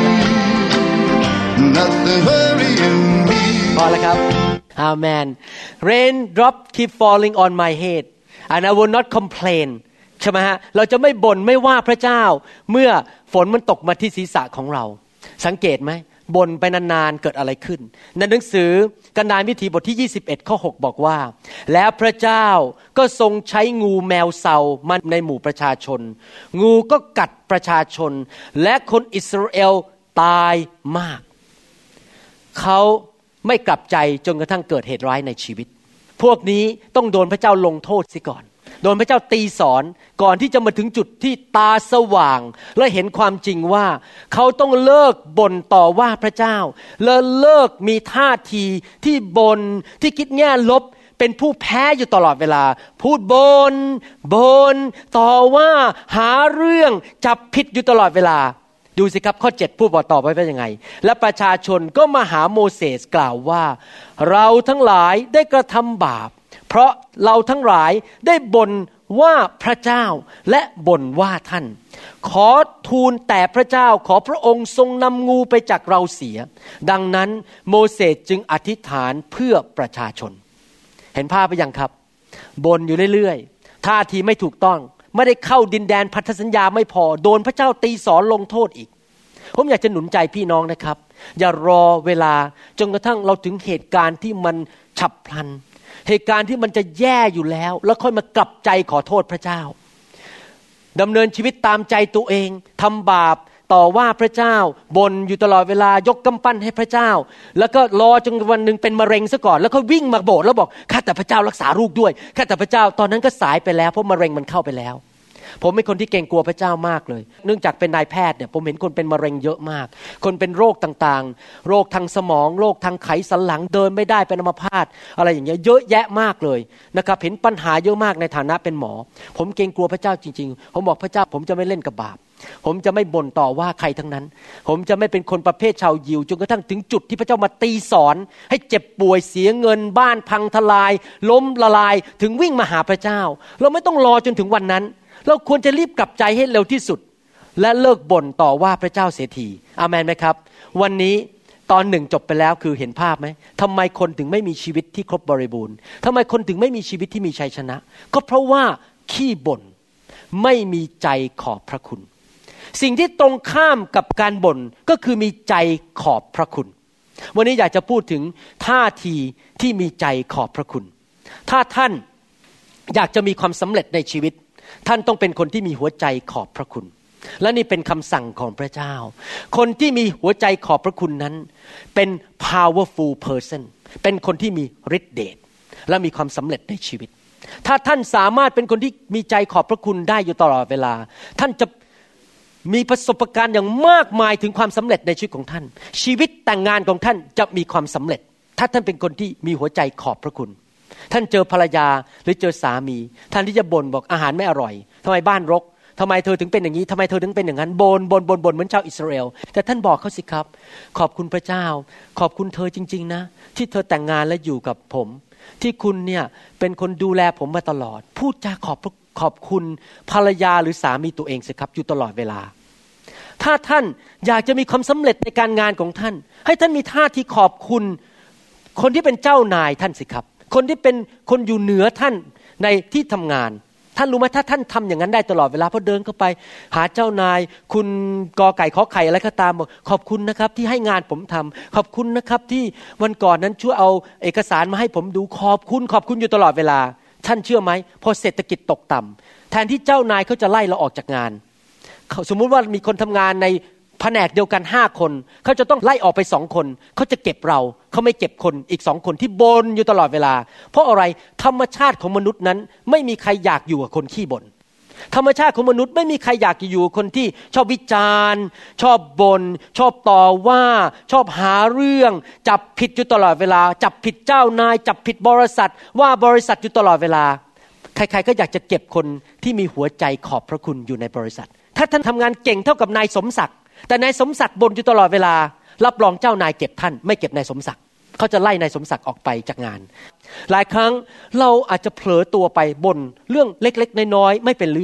nothing worrying me. พอแล้วครับ Amen. Rain drop keep falling on my head and I will not complain ใช่ไหมฮะเราจะไม่บ่นไม่ว่าพระเจ้าเมื่อฝนมันตกมาที่ศีรษะของเราสังเกตไหมบ่นไปนานๆเกิดอะไรขึ้นในหนังสือกันดารวิถีบทที่21ข้อ6บอกว่าแล้วพระเจ้าก็ทรงใช้งูแมวเซามาในหมู่ประชาชนงูก็กัดประชาชนและคนอิสราเอลตายมากเขาไม่กลับใจจนกระทั่งเกิดเหตุร้ายในชีวิตพวกนี้ต้องโดนพระเจ้าลงโทษซิก่อนโดนพระเจ้าตีสอนก่อนที่จะมาถึงจุดที่ตาสว่างและเห็นความจริงว่าเขาต้องเลิกบ่นต่อว่าพระเจ้าและเลิกมีท่าทีที่บ่นที่คิดแง่ลบเป็นผู้แพ้อยู่ตลอดเวลาพูดบ่นต่อว่าหาเรื่องจับผิดอยู่ตลอดเวลาดูสิครับข้อ7พูดต่อไปว่ายังไงและประชาชนก็มาหาโมเสสกล่าวว่าเราทั้งหลายได้กระทำบาปเพราะเราทั้งหลายได้บ่นว่าพระเจ้าและบ่นว่าท่านขอทูลแต่พระเจ้าขอพระองค์ทรงนำงูไปจากเราเสียดังนั้นโมเสสจึงอธิษฐานเพื่อประชาชนเห็นภาพไปยังครับบ่นอยู่เรื่อยๆท่าทีไม่ถูกต้องไม่ได้เข้าดินแดนพันธสัญญาไม่พอโดนพระเจ้าตีสอนลงโทษอีกผมอยากจะหนุนใจพี่น้องนะครับอย่ารอเวลาจนกระทั่งเราถึงเหตุการณ์ที่มันฉับพลันเหตุการณ์ที่มันจะแย่อยู่แล้วแล้วค่อยมากลับใจขอโทษพระเจ้าดำเนินชีวิตตามใจตัวเองทำบาปต่อว่าพระเจ้าบ่นอยู่ตลอดเวลายกกำปั้นให้พระเจ้าแล้วก็รอจนวันหนึ่งเป็นมะเร็งซะก่อนแล้วก็วิ่งมาโบสถ์แล้วบอกข้าแต่พระเจ้ารักษาลูกด้วยข้าแต่พระเจ้าตอนนั้นก็สายไปแล้วเพราะมะเร็งมันเข้าไปแล้วผมเป็นคนที่เกรงกลัวพระเจ้ามากเลยเนื่องจากเป็นนายแพทย์เนี่ยผมเห็นคนเป็นมะเร็งเยอะมากคนเป็นโรคต่างๆโรคทางสมองโรคทางไขสันหลังเดินไม่ได้เป็นอัมพาตอะไรอย่างเงี้ยเยอะแยะมากเลยนะครับเห็นปัญหาเยอะมากในฐานะเป็นหมอผมเกรงกลัวพระเจ้าจริงๆผมบอกพระเจ้าผมจะไม่เล่นกับบาปผมจะไม่บ่นต่อว่าใครทั้งนั้นผมจะไม่เป็นคนประเภทชาวยิวจนกระทั่งถึงจุดที่พระเจ้ามาตีสอนให้เจ็บป่วยเสียเงินบ้านพังทลายล้มละลายถึงวิ่งมาหาพระเจ้าเราไม่ต้องรอจนถึงวันนั้นเราควรจะรีบกลับใจให้เร็วที่สุดและเลิกบ่นต่อว่าพระเจ้าเสียทีอาเมนไหมครับวันนี้ตอน1จบไปแล้วคือเห็นภาพไหมทำไมคนถึงไม่มีชีวิตที่ครบบริบูรณ์ทำไมคนถึงไม่มีชีวิตที่มีชัยชนะก็เพราะว่าขี้บ่นไม่มีใจขอบพระคุณสิ่งที่ตรงข้ามกับการบ่นก็คือมีใจขอบพระคุณวันนี้อยากจะพูดถึงท่าทีที่มีใจขอบพระคุณถ้าท่านอยากจะมีความสำเร็จในชีวิตท่านต้องเป็นคนที่มีหัวใจขอบพระคุณและนี่เป็นคำสั่งของพระเจ้าคนที่มีหัวใจขอบพระคุณนั้นเป็น powerful person เป็นคนที่มีฤทธิ์เดชและมีความสำเร็จในชีวิตถ้าท่านสามารถเป็นคนที่มีใจขอบพระคุณได้อยู่ตลอดเวลาท่านจะมีประสบการณ์อย่างมากมายถึงความสำเร็จในชีวิตของท่านชีวิตแต่งงานของท่านจะมีความสำเร็จถ้าท่านเป็นคนที่มีหัวใจขอบพระคุณท่านเจอภรรยาหรือเจอสามีท่านที่จะบ่นบอกอาหารไม่อร่อยทำไมบ้านรกทำไมเธอถึงเป็นอย่างนี้ทำไมเธอถึงเป็นอย่างนั้นบ่นเหมือนชาวอิสราเอลแต่ท่านบอกเขาสิครับขอบคุณพระเจ้าขอบคุณเธอจริงๆนะที่เธอแต่งงานและอยู่กับผมที่คุณเนี่ยเป็นคนดูแลผมมาตลอดพูดจาขอบคุณภรรยาหรือสามีตัวเองสิครับอยู่ตลอดเวลาถ้าท่านอยากจะมีความสำเร็จในการงานของท่านให้ท่านมีท่าที่ขอบคุณคนที่เป็นเจ้านายท่านสิครับคนที่เป็นคนอยู่เหนือท่านในที่ทำงานท่านรู้ไหมถ้าท่านทำอย่างนั้นได้ตลอดเวลาพอเดินเข้าไปหาเจ้านายคุณกอไก่ขอไข่อะไรก็ตามบอกขอบคุณนะครับที่ให้งานผมทำขอบคุณนะครับที่วันก่อนนั้นช่วยเอาเอกสารมาให้ผมดูขอบคุณอยู่ตลอดเวลาท่านเชื่อไหมพอเศรษฐกิจตกต่ำแทนที่เจ้านายเขาจะไล่เราออกจากงานสมมุติว่ามีคนทำงานในแผนกเดียวกัน5คนเขาจะต้องไล่ออกไป2คนเขาจะเก็บเราเขาไม่เก็บคนอีก2คนที่บ่นอยู่ตลอดเวลาเพราะอะไรธรรมชาติของมนุษย์นั้นไม่มีใครอยากอยู่กับคนขี้บ่นธรรมชาติของมนุษย์ไม่มีใครอยากอยู่กับคนที่ชอบวิจารณ์ชอบบ่นชอบต่อว่าชอบหาเรื่องจับผิดอยู่ตลอดเวลาจับผิดเจ้านายจับผิดบริษัทว่าบริษัทอยู่ตลอดเวลาใครๆก็อยากจะเก็บคนที่มีหัวใจขอบพระคุณอยู่ในบริษัทถ้าท่านทำงานเก่งเท่ากับนายสมศักดิ์แต่นายสมศักดิ์บ่นอยู่ตลอดเวลารับรองเจ้านายเก็บท่านไม่เก็บนายสมศักดิ์เขาจะไล่นายสมศักดิ์ออกไปจากงานหลายครั้งเราอาจจะเผลอตัวไปบ่นเรื่องเล็กๆน้อยๆไม่เป็นเรื่อง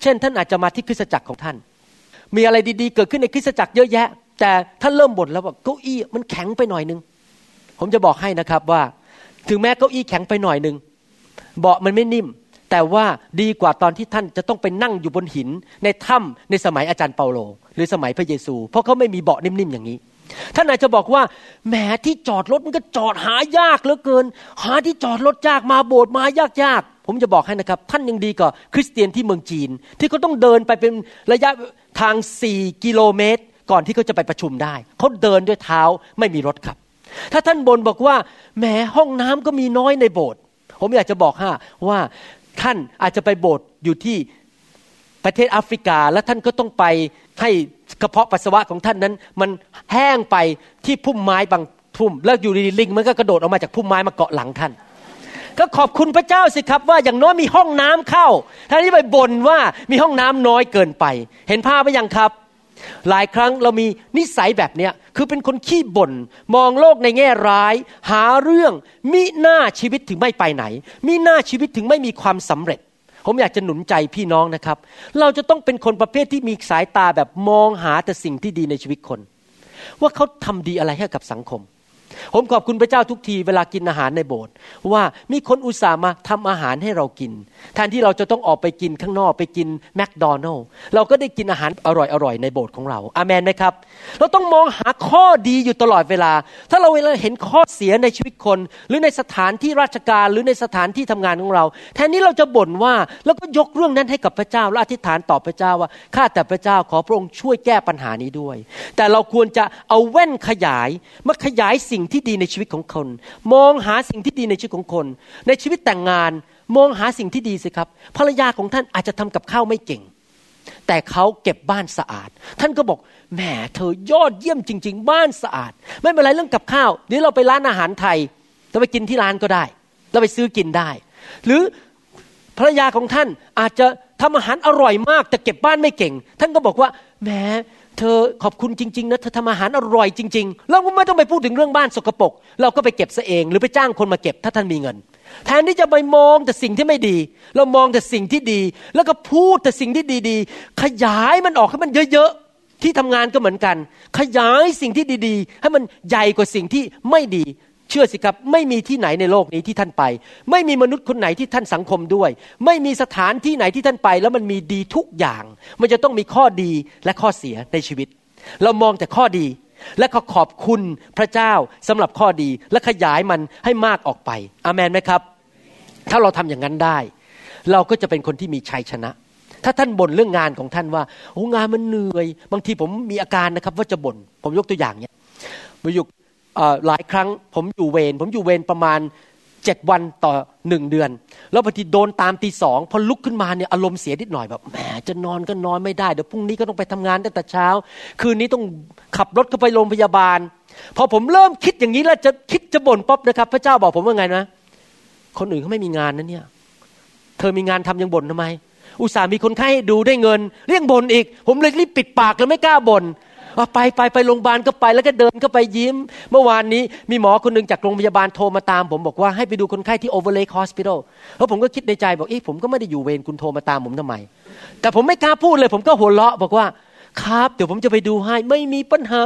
เช่นท่านอาจจะมาที่คริสตจักรของท่านมีอะไรดีๆเกิดขึ้นในคริสตจักรเยอะแยะแต่ท่านเริ่มบ่นแล้วว่าเก้าอี้มันแข็งไปหน่อยนึงผมจะบอกให้นะครับว่าถึงแม้เก้าอี้แข็งไปหน่อยนึงเบาะมันไม่นิ่มแต่ว่าดีกว่าตอนที่ท่านจะต้องไปนั่งอยู่บนหินในถ้ำในสมัยอาจารย์เปาโลหรือสมัยพระเยซูเพราะเขาไม่มีเบาะนิ่มๆอย่างนี้ท่านอาจจะบอกว่าแหมที่จอดรถมันก็จอดหายากเหลือเกินหาที่จอดรถยากมาโบสถ์มายากๆผมจะบอกให้นะครับท่านยังดีกว่าคริสเตียนที่เมืองจีนที่เขาต้องเดินไปเป็นระยะทาง4 กิโลเมตรก่อนที่เขาจะไปประชุมได้เขาเดินด้วยเท้าไม่มีรถขับถ้าท่านบ่นบอกว่าแหมห้องน้ำก็มีน้อยในโบสถ์ผมอยากจะบอกว่าท่านอาจจะไปโบสถ์อยู่ที่ประเทศแอฟริกาแล้วท่านก็ต้องไปให้กระเพาะปัสสาวะของท่านนั้นมันแห้งไปที่พุ่มไม้บางพุ่มแล้วอยู่ดีๆลิงมันก็กระโดดออกมาจากพุ่มไม้มาเกาะหลังท่านก็ขอบคุณพระเจ้าสิครับว่าอย่างน้อยมีห้องน้ำเข้าท่านที่ไปบ่นว่ามีห้องน้ำน้อยเกินไปเห็นภาพไหมยังครับหลายครั้งเรามีนิสัยแบบเนี้ยคือเป็นคนขี้บ่นมองโลกในแง่ร้ายหาเรื่องมิหน้าชีวิตถึงไม่ไปไหนมิหน้าชีวิตถึงไม่มีความสำเร็จผมอยากจะหนุนใจพี่น้องนะครับเราจะต้องเป็นคนประเภทที่มีสายตาแบบมองหาแต่สิ่งที่ดีในชีวิตคนว่าเขาทำดีอะไรให้กับสังคมผมขอบคุณพระเจ้าทุกทีเวลากินอาหารในโบสถ์ว่ามีคนอุตส่าห์มาทำอาหารให้เรากินแทนที่เราจะต้องออกไปกินข้างนอกไปกินแมคโดนัลด์เราก็ได้กินอาหารอร่อยๆในโบสถ์ของเราอาเมนไหมครับเราต้องมองหาข้อดีอยู่ตลอดเวลาถ้าเราเห็นข้อเสียในชีวิตคนหรือในสถานที่ราชการหรือในสถานที่ทำงานของเราแทนที่เราจะบ่นว่าแล้วก็ยกเรื่องนั้นให้กับพระเจ้าและอธิษฐานต่อพระเจ้าว่าข้าแต่พระเจ้าขอพระองค์ช่วยแก้ปัญหานี้ด้วยแต่เราควรจะเอาแว่นขยายมาขยายสิ่งที่ดีในชีวิตของคนมองหาสิ่งที่ดีในชีวิตของคนในชีวิตแต่งงานมองหาสิ่งที่ดีสิครับภรรยาของท่านอาจจะทำกับข้าวไม่เก่งแต่เขาเก็บบ้านสะอาดท่านก็บอกแหมเธอยอดเยี่ยมจริงๆบ้านสะอาดไม่เป็นไรเรื่องกับข้าวเดี๋ยวเราไปร้านอาหารไทยเราไปกินที่ร้านก็ได้เราไปซื้อกินได้หรือภรรยาของท่านอาจจะทำอาหารอร่อยมากแต่เก็บบ้านไม่เก่งท่านก็บอกว่าแหมเธอขอบคุณจริงๆนะเธอทำอาหารอร่อยจริงๆเราไม่ต้องไปพูดถึงเรื่องบ้านสกปรกเราก็ไปเก็บซะเองหรือไปจ้างคนมาเก็บถ้าท่านมีเงินแทนที่จะไปมองแต่สิ่งที่ไม่ดีเรามองแต่สิ่งที่ดีแล้วก็พูดแต่สิ่งที่ดีๆขยายมันออกให้มันเยอะๆที่ทำงานก็เหมือนกันขยายสิ่งที่ดีๆให้มันใหญ่กว่าสิ่งที่ไม่ดีเชื่อสิครับไม่มีที่ไหนในโลกนี้ที่ท่านไปไม่มีมนุษย์คนไหนที่ท่านสังคมด้วยไม่มีสถานที่ไหนที่ท่านไปแล้วมันมีดีทุกอย่างมันจะต้องมีข้อดีและข้อเสียในชีวิตเรามองแต่ข้อดีและขอบคุณพระเจ้าสำหรับข้อดีและขยายมันให้มากออกไปอาเมนไหมครับถ้าเราทำอย่างนั้นได้เราก็จะเป็นคนที่มีชัยชนะถ้าท่านบ่นเรื่องงานของท่านว่าโอ้งานมันเหนื่อยบางทีผมมีอาการนะครับว่าจะบ่นผมยกตัวอย่างเนี่ยอยู่หลายครั้งผมอยู่เวรประมาณ7 วันต่อ1 เดือนแล้วบางทีโดนตามตี 2พอลุกขึ้นมาเนี่ยอารมณ์เสียนิดหน่อยแบบแหมจะนอนก็นอนไม่ได้เดี๋ยวพรุ่งนี้ก็ต้องไปทำงานตั้งแต่เช้าคืนนี้ต้องขับรถเข้าไปโรงพยาบาลพอผมเริ่มคิดอย่างนี้แล้วจะบ่นป๊อบนะครับพระเจ้าบอกผมว่าไงนะคนอื่นเขาไม่มีงานนะเนี่ยเธอมีงานทำยังบ่นทำไมอุตส่าห์มีคนไข้ให้ดูได้เงินเรื่องบ่นอีกผมเลยรีบปิดปากแล้วไม่กล้าบ่นไปโรงพยาบาลก็ไปแล้วก็เดินเข้าไปยิ้มเมื่อวานนี้มีหมอคนนึงจากโรงพยาบาลโทรมาตามผมบอกว่าให้ไปดูคนไข้ที่ Overlake Hospital แล้วผมก็คิดในใจบอกผมก็ไม่ได้อยู่เวรคุณโทรมาตามผมทำไมแต่ผมไม่กล้าพูดเลยผมก็หัวเราะบอกว่าครับเดี๋ยวผมจะไปดูให้ไม่มีปัญหา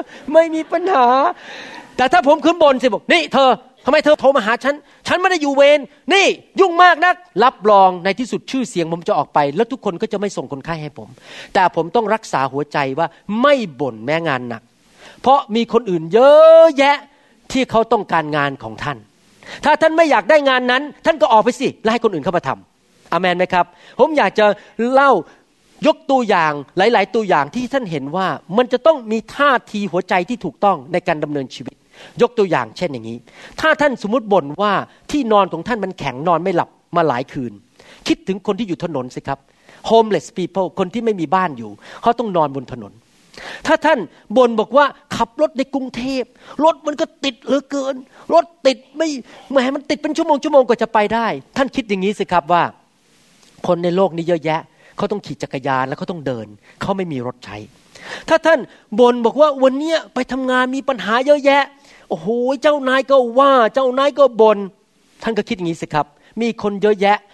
แต่ถ้าผมขึ้นบนสิบอกนี่เธอทำไมเธอโทรมาหาฉันไม่ได้อยู่เวรนี่ยุ่งมากนักรับรองในที่สุดชื่อเสียงผมจะออกไปแล้วทุกคนก็จะไม่ส่งคนไข้ให้ผมแต่ผมต้องรักษาหัวใจว่าไม่บ่นแม้งานหนักเพราะมีคนอื่นเยอะแยะที่เขาต้องการงานของท่านถ้าท่านไม่อยากได้งานนั้นท่านก็ออกไปสิแล้วให้คนอื่นเข้ามาทำอาเมนไหมครับผมอยากจะเล่ายกตัวอย่างหลายๆตัวอย่างที่ท่านเห็นว่ามันจะต้องมีท่าทีหัวใจที่ถูกต้องในการดำเนินชีวิตยกตัวอย่างเช่นอย่างนี้ถ้าท่านสมมุติบ่นว่าที่นอนของท่านมันแข็งนอนไม่หลับมาหลายคืนคิดถึงคนที่อยู่ถนนสิครับ homeless people คนที่ไม่มีบ้านอยู่เขาต้องนอนบนถนนถ้าท่านบ่นบอกว่าขับรถในกรุงเทพรถมันก็ติดเหลือเกินรถติดไม่แหมมันติดเป็นชั่วโมงกว่าจะไปได้ท่านคิดอย่างนี้สิครับว่าคนในโลกนี้เยอะแยะเขาต้องขี่จักรยานแล้วเขาต้องเดินเขาไม่มีรถใช้ถ้าท่านบ่นบอกว่าวันนี้ไปทำงานมีปัญหาเยอะแยะโอ้โหเจ้านายก็ว่าเจ้านายก็บ่นท่านก็คิดอย่างนี้สิครับมีคนเยอะแยะ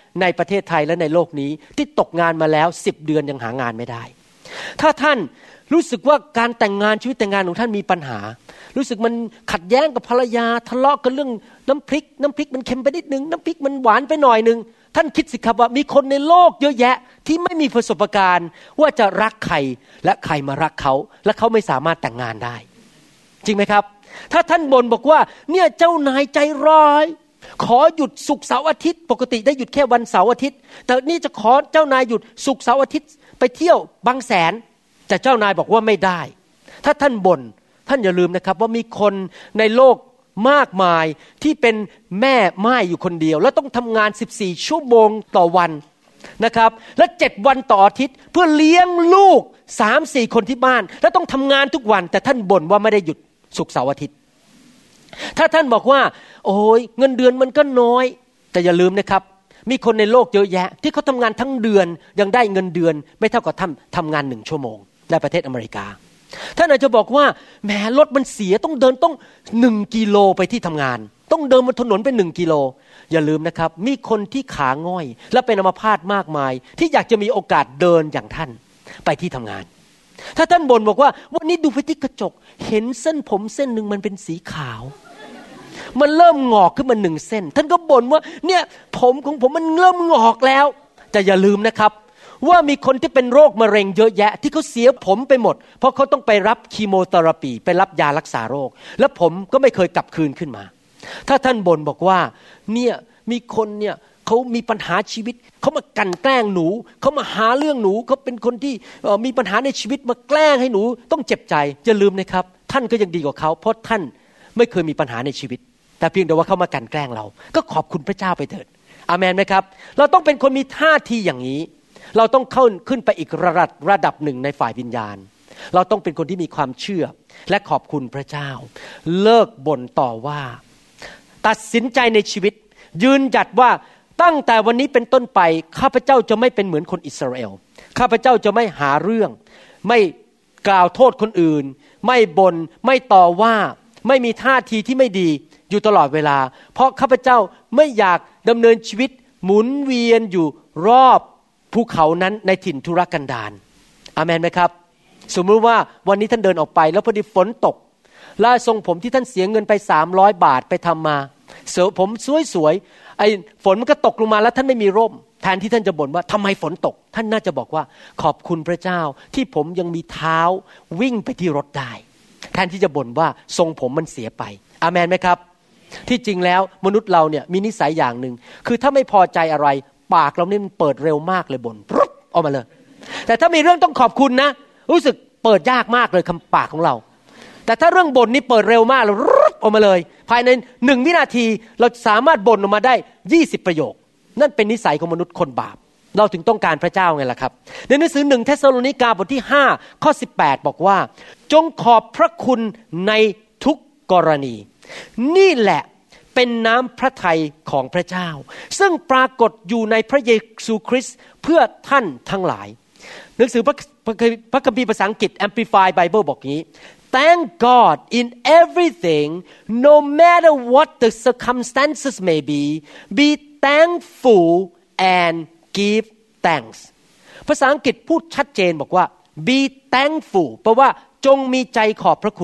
ในประเทศไทยและในโลกนี้ที่ตกงานมาแล้ว10เดือนยังหางานไม่ได้ถ้าท่านรู้สึกว่าการแต่งงานชีวิตแต่งงานของท่านมีปัญหารู้สึกมันขัดแย้งกับภรรยาทะเลาะกันเรื่องน้ำพริกมันเค็มไปนิดนึงน้ำพริกมันหวานไปหน่อยนึงท่านคิดสิครับว่ามีคนในโลกเยอะแยะที่ไม่มีประสบการณ์ว่าจะรักใครและใครมารักเขาและเขาไม่สามารถแต่งงานได้จริงไหมครับถ้าท่านบ่นบอกว่าเนี่ยเจ้านายใจร้ายขอหยุดศุกร์เสาร์อาทิตย์ปกติได้หยุดแค่วันเสาร์อาทิตย์แต่นี่จะขอเจ้านายหยุดศุกร์เสาร์อาทิตย์ไปเที่ยวบางแสนแต่เจ้านายบอกว่าไม่ได้ถ้าท่านบ่นท่านอย่าลืมนะครับว่ามีคนในโลกมากมายที่เป็นแม่ม่ายอยู่คนเดียวแล้วต้องทำงาน14ชั่วโมงต่อวันนะครับและ7วันต่ออาทิตย์เพื่อเลี้ยงลูก 3-4 คนที่บ้านและต้องทำงานทุกวันแต่ท่านบ่นว่าไม่ได้หยุดศุกร์เสาร์อาทิตย์ถ้าท่านบอกว่าโอ้ยเงินเดือนมันก็น้อยแต่อย่าลืมนะครับมีคนในโลกเยอะแยะที่เขาทำงานทั้งเดือนยังได้เงินเดือนไม่เท่ากับท่านทำงาน1ชั่วโมงในประเทศอเมริกาท่านอาจจะบอกว่าแหมรถมันเสียต้องเดินต้อง1กิโลไปที่ทำงานต้องเดินบนถนนไป1กิโลอย่าลืมนะครับมีคนที่ขาง่อยและเป็นอัมพาตมากมายที่อยากจะมีโอกาสเดินอย่างท่านไปที่ทำงานถ้าท่านบ่นบอกว่าวันนี้ดูไปที่กระจกเห็นเส้นผมเส้นนึงมันเป็นสีขาวมันเริ่มงอกขึ้นมา1เส้นท่านก็บ่นว่าเนี่ยผมของผมมันเริ่มงอกแล้วแต่อย่าลืมนะครับว่ามีคนที่เป็นโรคมะเร็งเยอะแยะที่เขาเสียผมไปหมดเพราะเขาต้องไปรับคีโมเทอราปีไปรับยารักษาโรคแล้วผมก็ไม่เคยกลับคืนขึ้นมาถ้าท่านบ่นบอกว่าเนี่ยมีคนเนี่ยเขามีปัญหาชีวิตเขามากลั่นแกล้งหนูเขามาหาเรื่องหนูเขาเป็นคนที่มีปัญหาในชีวิตมาแกล้งให้หนูต้องเจ็บใจอย่าลืมนะครับท่านก็ยังดีกว่าเขาเพราะท่านไม่เคยมีปัญหาในชีวิตแต่เพียงแต่ว่าเขามากลั่นแกล้งเราก็ขอบคุณพระเจ้าไปเถิดอาเมนไหมครับเราต้องเป็นคนมีท่าทีอย่างนี้เราต้องขึ้นไปอีกระดับหนึ่งในฝ่ายวิญญาณเราต้องเป็นคนที่มีความเชื่อและขอบคุณพระเจ้าเลิกบ่นต่อว่าตัดสินใจในชีวิตยืนหยัดว่าตั้งแต่วันนี้เป็นต้นไปข้าพเจ้าจะไม่เป็นเหมือนคนอิสราเอลข้าพเจ้าจะไม่หาเรื่องไม่กล่าวโทษคนอื่นไม่บ่นไม่ต่อว่าไม่มีท่าทีที่ไม่ดีอยู่ตลอดเวลาเพราะข้าพเจ้าไม่อยากดำเนินชีวิตหมุนเวียนอยู่รอบภูเขานั้นในถิ่นทุรกันดารอาเมนไหมครับสมมติว่าวันนี้ท่านเดินออกไปแล้วพอดีฝนตกแล้วทรงผมที่ท่านเสียเงินไป300 บาทไปทำมาเสื้อผมสวยๆไอ้ฝนมันก็ตกลงมาแล้วท่านไม่มีร่มแทนที่ท่านจะบ่นว่าทำไมฝนตกท่านน่าจะบอกว่าขอบคุณพระเจ้าที่ผมยังมีเท้าวิ่งไปที่รถได้แทนที่จะบ่นว่าทรงผมมันเสียไปอาเมนไหมครับที่จริงแล้วมนุษย์เราเนี่ยมีนิสัยอย่างหนึ่งคือถ้าไม่พอใจอะไรปากเราเนี่ยมันเปิดเร็วมากเลยบ่นปุ๊บออกมาเลยแต่ถ้ามีเรื่องต้องขอบคุณนะรู้สึกเปิดยากมากเลยคำปากของเราแต่ถ้าเรื่องบ่นนี่เปิดเร็วมากเลยออกมาเลยภายใน1วินาทีเราสามารถบ่นออกมาได้20ประโยคนั่นเป็นนิสัยของมนุษย์คนบาปเราถึงต้องการพระเจ้าไงล่ะครับในหนังสือ1เธสะโลนิกาบทที่5ข้อ18บอกว่าจงขอบพระคุณในทุกกรณีนี่แหละเป็นน้ำพระทัยของพระเจ้าซึ่งปรากฏอยู่ในพระเยซูคริสต์เพื่อท่านทั้งหลายหนังสือพระคัมภีร์ภาษาอังกฤษ Amplified Bible บอกงี้ Thank God in everything no matter what the circumstances may be thankful and give thanks ภาษาอังกฤษพูดชัดเจนบอกว่า be thankful แปลว่าจงมีใจขอบพระคุณ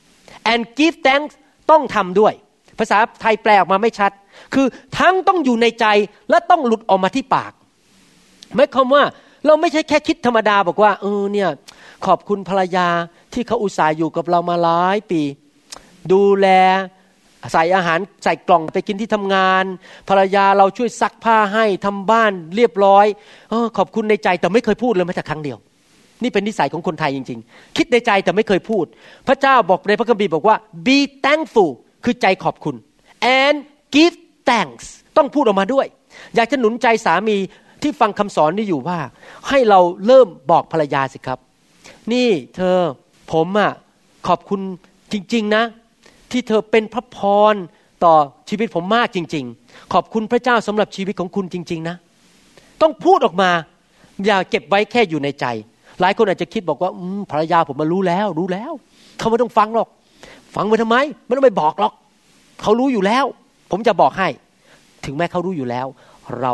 and give thanks ต้องทำด้วยภาษาไทยแปลออกมาไม่ชัดคือทั้งต้องอยู่ในใจและต้องหลุดออกมาที่ปากหมายความว่าเราไม่ใช่แค่คิดธรรมดาบอกว่าเนี่ยขอบคุณภรรยาที่เขาอุตส่าห์อยู่กับเรามาหลายปีดูแลใส่อาหารใส่กล่องไปกินที่ทำงานภรรยาเราช่วยซักผ้าให้ทำบ้านเรียบร้อยขอบคุณในใจแต่ไม่เคยพูดเลยแม้แต่ครั้งเดียวนี่เป็นนิสัยของคนไทยจริงๆคิดในใจแต่ไม่เคยพูดพระเจ้าบอกในพระคัมภีร์บอกว่า be thankful คือใจขอบคุณ and give thanks ต้องพูดออกมาด้วยอยากจะหนุนใจสามีที่ฟังคำสอนนี้อยู่ว่าให้เราเริ่มบอกภรรยาสิครับนี่เธอผมขอบคุณจริงๆนะที่เธอเป็นพระพรต่อชีวิตผมมากจริงๆขอบคุณพระเจ้าสำหรับชีวิตของคุณจริงๆนะต้องพูดออกมาอย่าเก็บไว้แค่อยู่ในใจหลายคนอาจจะคิดบอกว่าภรรยาผมมารู้แล้วเขาไม่ต้องฟังหรอกฟังไปทำไมไม่ต้องไปบอกหรอกเขารู้อยู่แล้วผมจะบอกให้ถึงแม้เขารู้อยู่แล้วเรา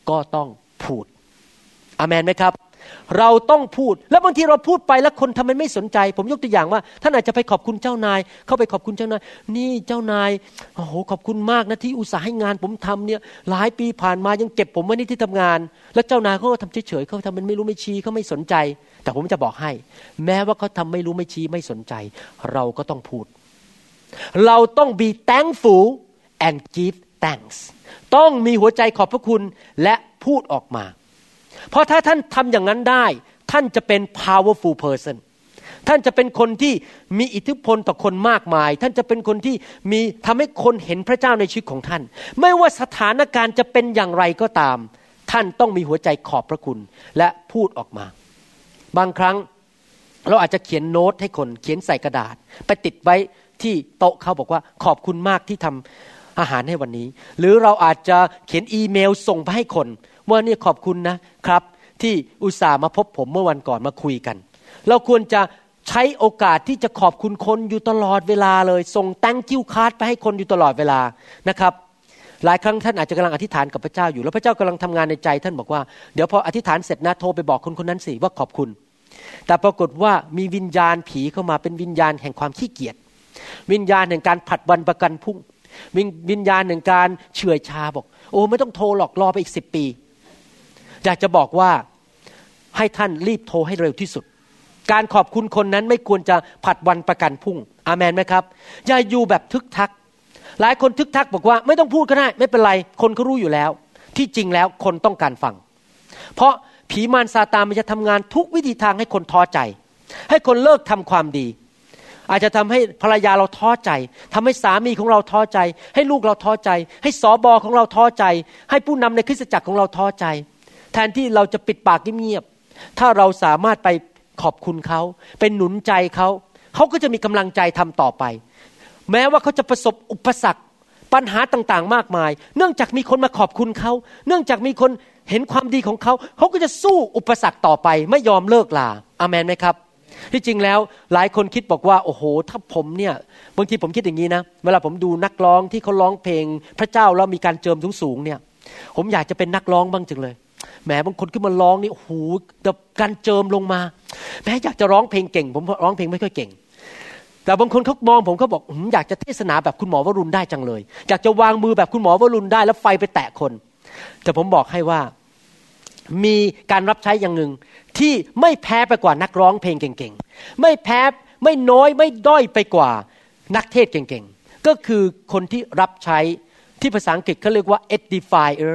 ก็ต้องพูดอาเมนไหมครับเราต้องพูดแล้วบางทีเราพูดไปแล้วคนทำไมไม่สนใจผมยกตัวอย่างว่าท่านอาจจะไปขอบคุณเจ้านายเข้าไปขอบคุณเจ้านายนี่เจ้านายโอ้โหขอบคุณมากนะที่อุตส่าห์ให้งานผมทำเนี่ยหลายปีผ่านมายังเก็บผมไว้ในที่ทำงานแล้วเจ้านายเขาก็ทำเฉยๆเขาทำมันไม่รู้ไม่ชี้เขาไม่สนใจแต่ผมจะบอกให้แม้ว่าเขาทำไม่รู้ไม่ชี้ไม่สนใจเราก็ต้องพูดเราต้อง be thankful and give thanks ต้องมีหัวใจขอบพระคุณและพูดออกมาเพราะถ้าท่านทำอย่างนั้นได้ท่านจะเป็น powerful person ท่านจะเป็นคนที่มีอิทธิพลต่อคนมากมายท่านจะเป็นคนที่มีทำให้คนเห็นพระเจ้าในชีวิตของท่านไม่ว่าสถานการณ์จะเป็นอย่างไรก็ตามท่านต้องมีหัวใจขอบพระคุณและพูดออกมาบางครั้งเราอาจจะเขียนโน้ตให้คนเขียนใส่กระดาษไปติดไว้ที่โต๊ะเขาบอกว่าขอบคุณมากที่ทำอาหารให้วันนี้หรือเราอาจจะเขียนอีเมลส่งไปให้คนว่าเนี่ยขอบคุณนะครับที่อุตส่าห์มาพบผมเมื่อวันก่อนมาคุยกันเราควรจะใช้โอกาสที่จะขอบคุณคนอยู่ตลอดเวลาเลยส่ง thank you card ไปให้คนอยู่ตลอดเวลานะครับหลายครั้งท่านอาจจะกำลังอธิษฐานกับพระเจ้าอยู่แล้วพระเจ้ากำลังทำงานในใจท่านบอกว่าเดี๋ยวพออธิษฐานเสร็จนะโทรไปบอกคนคนนั้นสิว่าขอบคุณแต่ปรากฏว่ามีวิญญาณผีเข้ามาเป็นวิญญาณแห่งความขี้เกียจวิญญาณแห่งการผัดวันประกันพรุ่งวิญญาณแห่งการเฉื่อยชาบอกโอ้ไม่ต้องโทรหรอกรอไปอีก10 ปีอยากจะบอกว่าให้ท่านรีบโทรให้เร็วที่สุดการขอบคุณคนนั้นไม่ควรจะผัดวันประกันพรุ่งอาเมนไหมครับอย่าอยู่แบบทึกทักหลายคนทึกทักบอกว่าไม่ต้องพูดก็ได้ไม่เป็นไรคนเขารู้อยู่แล้วที่จริงแล้วคนต้องการฟังเพราะผีมารซาตานมันจะทำงานทุกวิธีทางให้คนท้อใจให้คนเลิกทำความดีอาจจะทำให้ภรรยาเราท้อใจทำให้สามีของเราท้อใจให้ลูกเราท้อใจให้สบของเราท้อใจให้ผู้นำในคริสตจักรของเราท้อใจแทนที่เราจะปิดปากเงียบๆถ้าเราสามารถไปขอบคุณเขาเป็นหนุนใจเขาก็จะมีกำลังใจทำต่อไปแม้ว่าเขาจะประสบอุปสรรคปัญหาต่างๆมากมายเนื่องจากมีคนมาขอบคุณเขาเนื่องจากมีคนเห็นความดีของเขาก็จะสู้อุปสรรคต่อไปไม่ยอมเลิกลาอาเมนไหมครับที่จริงแล้วหลายคนคิดบอกว่าโอ้โหถ้าผมเนี่ยบางทีผมคิดอย่างนี้นะเวลาผมดูนักร้องที่เขาร้องเพลงพระเจ้าแล้วมีการเจิมสูงๆเนี่ยผมอยากจะเป็นนักร้องบ้างจังเลยแหมบางคนขึ้นมาร้องนี่โอ้โหการเจิมลงมาแม้อยากจะร้องเพลงเก่งผมร้องเพลงไม่ค่อยเก่งแต่บางคนเขามองผมเขาบอกอยากจะเทศนาแบบคุณหมอวรุณได้จังเลยอยากจะวางมือแบบคุณหมอวรุณได้แล้วไฟไปแตะคนแต่ผมบอกให้ว่ามีการรับใช้อย่างหนึ่งที่ไม่แพ้ไปกว่านักร้องเพลงเก่งๆไม่แพ้ไม่น้อยไม่ด้อยไปกว่านักเทศเก่งๆก็คือคนที่รับใช้ที่ภาษาอังกฤษเขาเรียกว่า edifier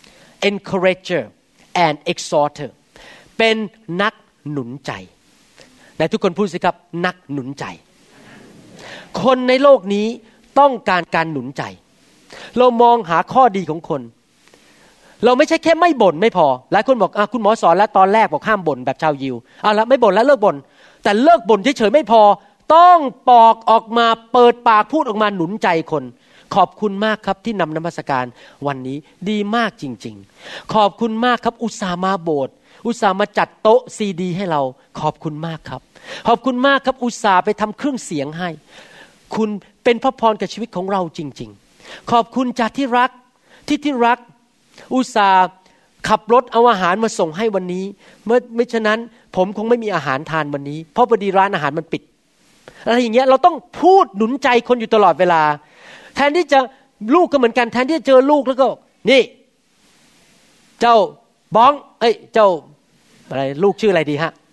encourager and exhorter เป็นนักหนุนใจแต่ทุกคนพูดสิครับนักหนุนใจคนในโลกนี้ต้องการการหนุนใจเรามองหาข้อดีของคนเราไม่ใช่แค่ไม่บ่นไม่พอหลายคนบอกคุณหมอสอนแล้วตอนแรกบอกห้ามบ่นแบบชาวยิวแล้วไม่บ่นแล้วเลิกบ่นแต่เลิกบ่นเฉยๆไม่พอต้องปอกออกมาเปิดปากพูดออกมาหนุนใจคนขอบคุณมากครับที่นำนมัสการวันนี้ดีมากจริงๆขอบคุณมากครับอุตส่าห์มาโบสถ์อุตส่าห์มาจัดโต๊ะซีดีให้เราขอบคุณมากครับขอบคุณมากครับอุตส่าห์ไปทำเครื่องเสียงให้คุณเป็นพระพรกับชีวิตของเราจริงๆขอบคุณจากที่รักที่รักอุตส่าห์ขับรถเอาอาหารมาส่งให้วันนี้ไม่ฉะนั้นผมคงไม่มีอาหารทานวันนี้เพราะพอดีร้านอาหารมันปิดอะไรอย่างเงี้ยเราต้องพูดหนุนใจคนอยู่ตลอดเวลาแทนที่จะลูกก็เหมือนกันแทนที่จะเจอลูกแล้วก็นี่เจ้าบ้องเจ้าอะไรลูกชื่ออะไรดีฮะ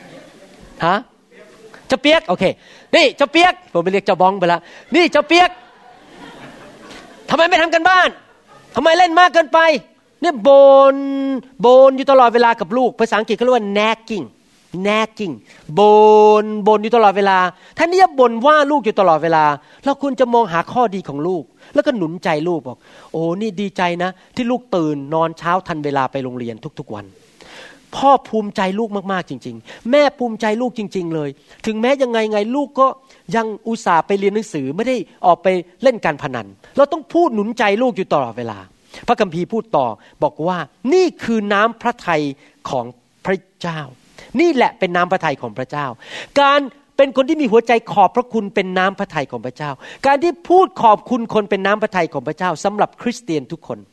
เจ้าเปียกโอเคนี่เจ้าเปียกผมไปเรียกเจ้าบ้องไปแล้วนี่เจ้าเปียกทำไมไม่ทำกันบ้านทำไมเล่นมากเกินไปเนี่ยบ่นอยู่ตลอดเวลากับลูกภาษาอังกฤษเขาเรียกว่า nagging บ่นอยู่ตลอดเวลาท่านนี่บ่นว่าลูกอยู่ตลอดเวลาเราควรจะมองหาข้อดีของลูกแล้วก็หนุนใจลูกบอกโอ้นี่ดีใจนะที่ลูกตื่นนอนเช้าทันเวลาไปโรงเรียนทุกๆวันพ่อภูมิใจลูกมากๆจริงๆแม่ภูมิใจลูกจริงๆเลยถึงแม้ยังไงลูกก็ยังอุตส่าห์ไปเรียนหนังสือไม่ได้ออกไปเล่นการพนันเราต้องพูดหนุนใจลูกอยู่ตลอดเวลาพระคัมภีร์พูดต่อบอกว่านี่คือน้ำพระทัยของพระเจ้านี่แหละเป็นน้ำพระทัยของพระเจ้าการเป็นคนที่มีหัวใจขอบพระคุณเป็นน้ำพระทัยของพระเจ้าการที่พูดขอบคุณคนเป็นน้ำพระทัยของพระเจ้าสำหรับคริสเตียนทุกคน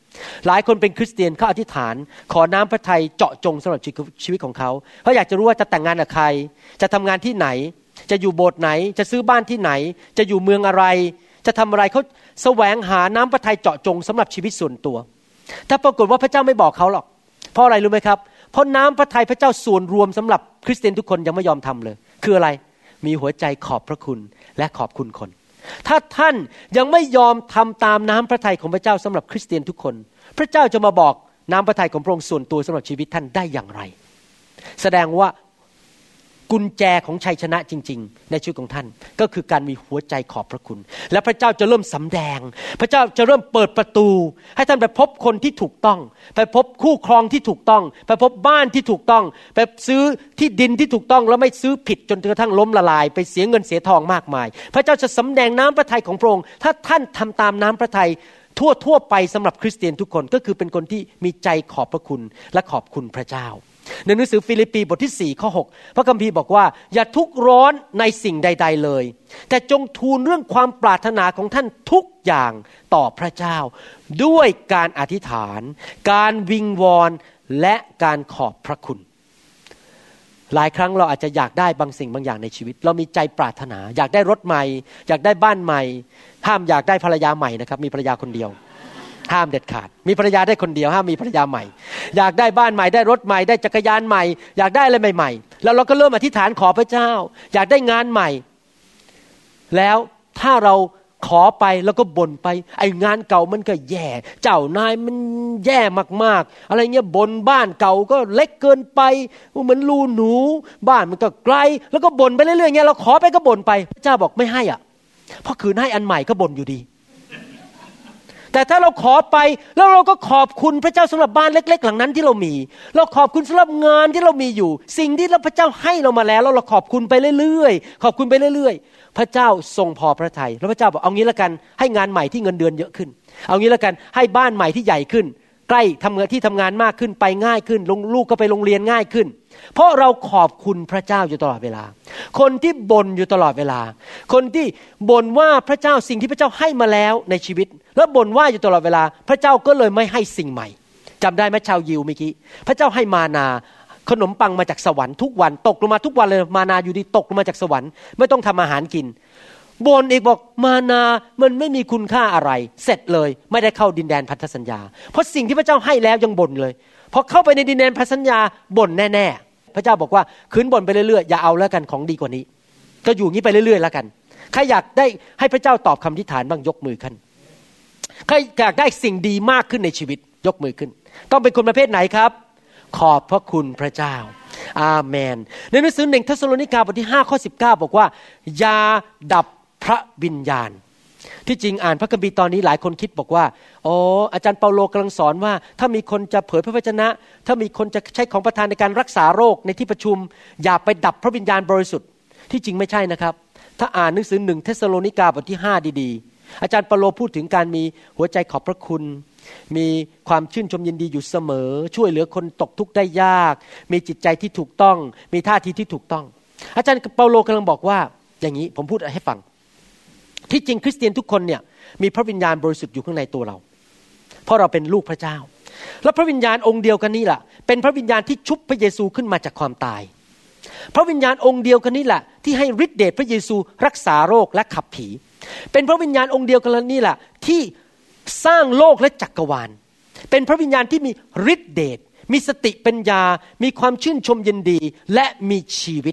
หลายคนเป็นคริสเตียนเขาอธิษฐานขอน้ำพระทัยเจาะจงสำหรับชีวิตของเขาเขาอยากจะรู้ว่าจะแต่งงานกับใครจะทำงานที่ไหนจะอยู่โบสถ์ไหนจะซื้อบ้านที่ไหนจะอยู่เมืองอะไรจะทำอะไรเขาแสวงหาน้ำพระทัยเจาะจงสำหรับชีวิตส่วนตัวถ้าปรากฏว่าพระเจ้าไม่บอกเขาหรอกเพราะอะไรรู้ไหมครับเพราะน้ำพระทัยพระเจ้าส่วนรวมสำหรับคริสเตียนทุกคนยังไม่ยอมทำเลยคืออะไรมีหัวใจขอบพระคุณและขอบคุณคนถ้าท่านยังไม่ยอมทำตามน้ำพระทัยของพระเจ้าสำหรับคริสเตียนทุกคนพระเจ้าจะมาบอกน้ำพระทัยของพระองค์ส่วนตัวสำหรับชีวิตท่านได้อย่างไรแสดงว่ากุญแจของชัยชนะจริงๆในชีวิตของท่านก็คือการมีหัวใจขอบพระคุณและพระเจ้าจะเริ่มสำแดงพระเจ้าจะเริ่มเปิดประตูให้ท่านไปพบคนที่ถูกต้องไปพบคู่ครองที่ถูกต้องไปพบบ้านที่ถูกต้องไปซื้อที่ดินที่ถูกต้องแล้วไม่ซื้อผิดจนกระทั่งล้มละลายไปเสียเงินเสียทองมากมายพระเจ้าจะสำแดงน้ำพระทัยของพระองค์ถ้าท่านทำตามน้ำพระทัยทั่วไปสำหรับคริสเตียนทุกคนก็คือเป็นคนที่มีใจขอบพระคุณและขอบคุณพระเจ้าในหนังสือฟิลิปปีบทที่4ข้อ6พระคัมภีร์บอกว่าอย่าทุกข์ร้อนในสิ่งใดๆเลยแต่จงทูลเรื่องความปรารถนาของท่านทุกอย่างต่อพระเจ้าด้วยการอธิษฐานการวิงวอนและการขอบพระคุณหลายครั้งเราอาจจะอยากได้บางสิ่งบางอย่างในชีวิตเรามีใจปรารถนาอยากได้รถใหม่อยากได้บ้านใหม่ห้ามอยากได้ภรรยาใหม่นะครับมีภรรยาคนเดียวห้ามเด็ดขาดมีภรรยาได้คนเดียวห้ามมีภรรยาใหม่อยากได้บ้านใหม่ได้รถใหม่ได้จักรยานใหม่อยากได้อะไรใหม่ๆแล้วเราก็เริ่มอธิษฐานขอพระเจ้าอยากได้งานใหม่แล้วถ้าเราขอไปแล้วก็บ่นไปไอ้งานเก่ามันก็แย่เจ้านายมันแย่มากๆอะไรเงี้ยบ่นบ้านเก่าก็เล็กเกินไปเหมือนรูหนูบ้านมันก็ไกลแล้วก็บ่นไปเรื่อยๆเงี้ยเราขอไปก็บ่นไปพระเจ้าบอกไม่ให้อ่ะเพราะคืนให้อันใหม่ก็บ่นอยู่ดีแต่ถ้าเราขอไปแล้วเราก็ขอบคุณพระเจ้าสำหรับบ้านเล็กๆหลังนั้นที่เรามีเราขอบคุณสำหรับงานที่เรามีอยู่สิ่งที่พระเจ้าให้เรามาแล้วเราขอบคุณไปเรื่อยๆขอบคุณไปเรื่อยๆพระเจ้าทรงพอพระทัยแล้วพระเจ้าบอกเอางี้ละกันให้งานใหม่ที่เงินเดือนเยอะขึ้นเอางี้ละกันให้บ้านใหม่ที่ใหญ่ขึ้นใกล้ทำงานมากขึ้นไปง่ายขึ้นลูกก็ไปโรงเรียนง่ายขึ้นเพราะเราขอบคุณพระเจ้าอยู่ตลอดเวลาคนที่บ่นอยู่ตลอดเวลาคนที่บ่นว่าพระเจ้าสิ่งที่พระเจ้าให้มาแล้วในชีวิตแล้วบ่นว่าอยู่ตลอดเวลาพระเจ้าก็เลยไม่ให้สิ่งใหม่จำได้ไหมชาวยิวเมื่อกี้พระเจ้าให้มานาขนมปังมาจากสวรรค์ทุกวันตกลงมาทุกวันเลยมานาอยู่ดีตกลงมาจากสวรรค์ไม่ต้องทำอาหารกินบ่นอีกบอกมานามันไม่มีคุณค่าอะไรเสร็จเลยไม่ได้เข้าดินแดนพันธสัญญาเพราะสิ่งที่พระเจ้าให้แล้วยังบ่นเลยพอเข้าไปในดินแดนพันธสัญญาบ่นแน่ๆพระเจ้าบอกว่าคืนบ่นไปเรื่อยๆอย่าเอาแล้วกันของดีกว่านี้ก็อยู่งี้ไปเรื่อยๆแล้วกันใครอยากได้ให้พระเจ้าตอบคำอธิษฐานบ้างยกมือขึ้นใครอยากได้สิ่งดีมากขึ้นในชีวิตยกมือขึ้นต้องเป็นคนประเภทไหนครับขอบพระคุณพระเจ้าอาเมนในหนังสือ1เธสโลนิกาบทที่5ข้อ19บอกว่าอย่าดับพระวิญญาณที่จริงอ่านพระคัมภีร์ตอนนี้หลายคนคิดบอกว่าอ๋ออาจารย์เปาโลกำลังสอนว่าถ้ามีคนจะเผยพระวจนะถ้ามีคนจะใช้ของประทานในการรักษาโรคในที่ประชุมอย่าไปดับพระวิญญาณบริสุทธิ์ที่จริงไม่ใช่นะครับถ้าอ่านหนังสือ1เธสโลนิกาบทที่5ดีๆอาจารย์เปาโลพูดถึงการมีหัวใจขอบพระคุณมีความชื่นชมยินดีอยู่เสมอช่วยเหลือคนตกทุกข์ได้ยากมีจิตใจที่ถูกต้องมีท่าทีที่ถูกต้องอาจารย์เปาโลกำลังบอกว่าอย่างนี้ผมพูดให้ฟังที่จริงคริสเตียนทุกคนเนี่ยมีพระวิญญาณบริสุทธิ์อยู่ข้างในตัวเราเพราะเราเป็นลูกพระเจ้าและพระวิญญาณองค์เดียวกันนี่แหละเป็นพระวิญญาณที่ชุบพระเยซูขึ้นมาจากความตายพระวิญญาณองค์เดียวกันนี่แหละที่ให้ฤทธิเดชพระเยซูรักษาโรคและขับผีเป็นพระวิญญาณองค์เดียวกันนี่แหละที่สร้างโลกและจักรวาลเป็นพระวิญญาณที่มีฤทธิเดชมีสติปัญญามีความชื่นชมยินดีและมีชีวิต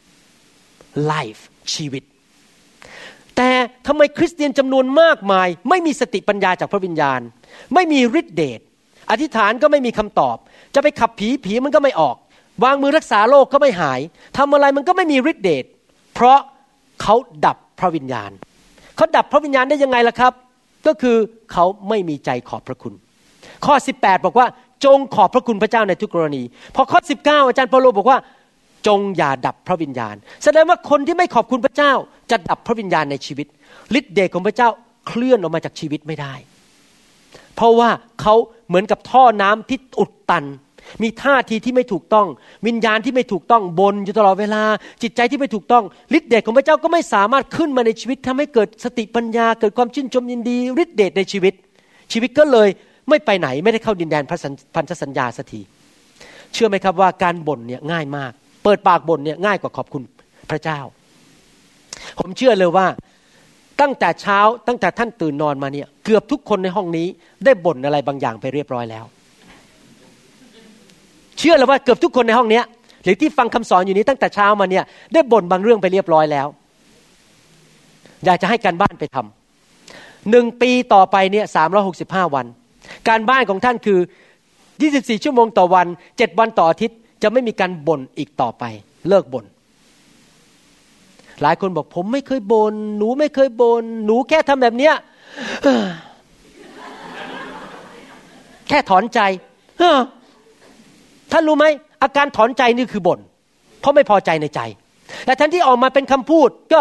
life ชีวิตแต่ทำไมคริสเตียนจำนวนมากมายไม่มีสติปัญญาจากพระวิญญาณไม่มีฤทธิเดชอธิษฐานก็ไม่มีคำตอบจะไปขับผีมันก็ไม่ออกวางมือรักษาโรคก็ไม่หายทำอะไรมันก็ไม่มีฤทธิเดชเพราะเขาดับพระวิญญาณเขาดับพระวิญญาณได้ยังไงล่ะครับก็คือเขาไม่มีใจขอบพระคุณข้อ18บอกว่าจงขอบพระคุณพระเจ้าในทุกกรณีพอข้อ19อาจารย์เปาโลบอกว่าจงอย่าดับพระวิญญาณแสดงว่าคนที่ไม่ขอบคุณพระเจ้าจะดับพระวิญญาณในชีวิตฤทธิ์เดชของพระเจ้าเคลื่อนออกมาจากชีวิตไม่ได้เพราะว่าเขาเหมือนกับท่อน้ำที่อุดตันมีท่าทีที่ไม่ถูกต้องวิญญาณที่ไม่ถูกต้องบ่นอยู่ตลอดเวลาจิตใจที่ไม่ถูกต้องฤทธิ์เดชของพระเจ้าก็ไม่สามารถขึ้นมาในชีวิตทำให้เกิดสติปัญญาเกิดความชื่นชมยินดีฤทธิ์เดชในชีวิตก็เลยไม่ไปไหนไม่ได้เข้าดินแดนพันธสัญญาสักทีเชื่อไหมครับว่าการบ่นเนี่ยง่ายมากเปิดปากบ่นเนี่ยง่ายกว่าขอบคุณพระเจ้าผมเชื่อเลยว่าตั้งแต่เช้าตั้งแต่ท่านตื่นนอนมาเนี่ยเกือบทุกคนในห้องนี้ได้บ่นอะไรบางอย่างไปเรียบร้อยแล้วเชื่อเลยว่าเกือบทุกคนในห้องนี้หรือที่ฟังคำสอนอยู่นี้ตั้งแต่เช้ามาเนี่ยได้บ่นบางเรื่องไปเรียบร้อยแล้วอยากจะให้การบ้านไปทำ1 ปีต่อไปเนี่ย365วันการบ้านของท่านคือ24ชั่วโมงต่อวัน7วันต่ออาทิตย์จะไม่มีการบ่นอีกต่อไปเลิกบ่นหลายคนบอกผมไม่เคยบ่นหนูไม่เคยบ่นหนูแค่ทำแบบเนี้ยแค่ถอนใจท่านรู้ไหมอาการถอนใจนี่คือบ่นเพราะไม่พอใจในใจแต่ทันที่ออกมาเป็นคำพูดก็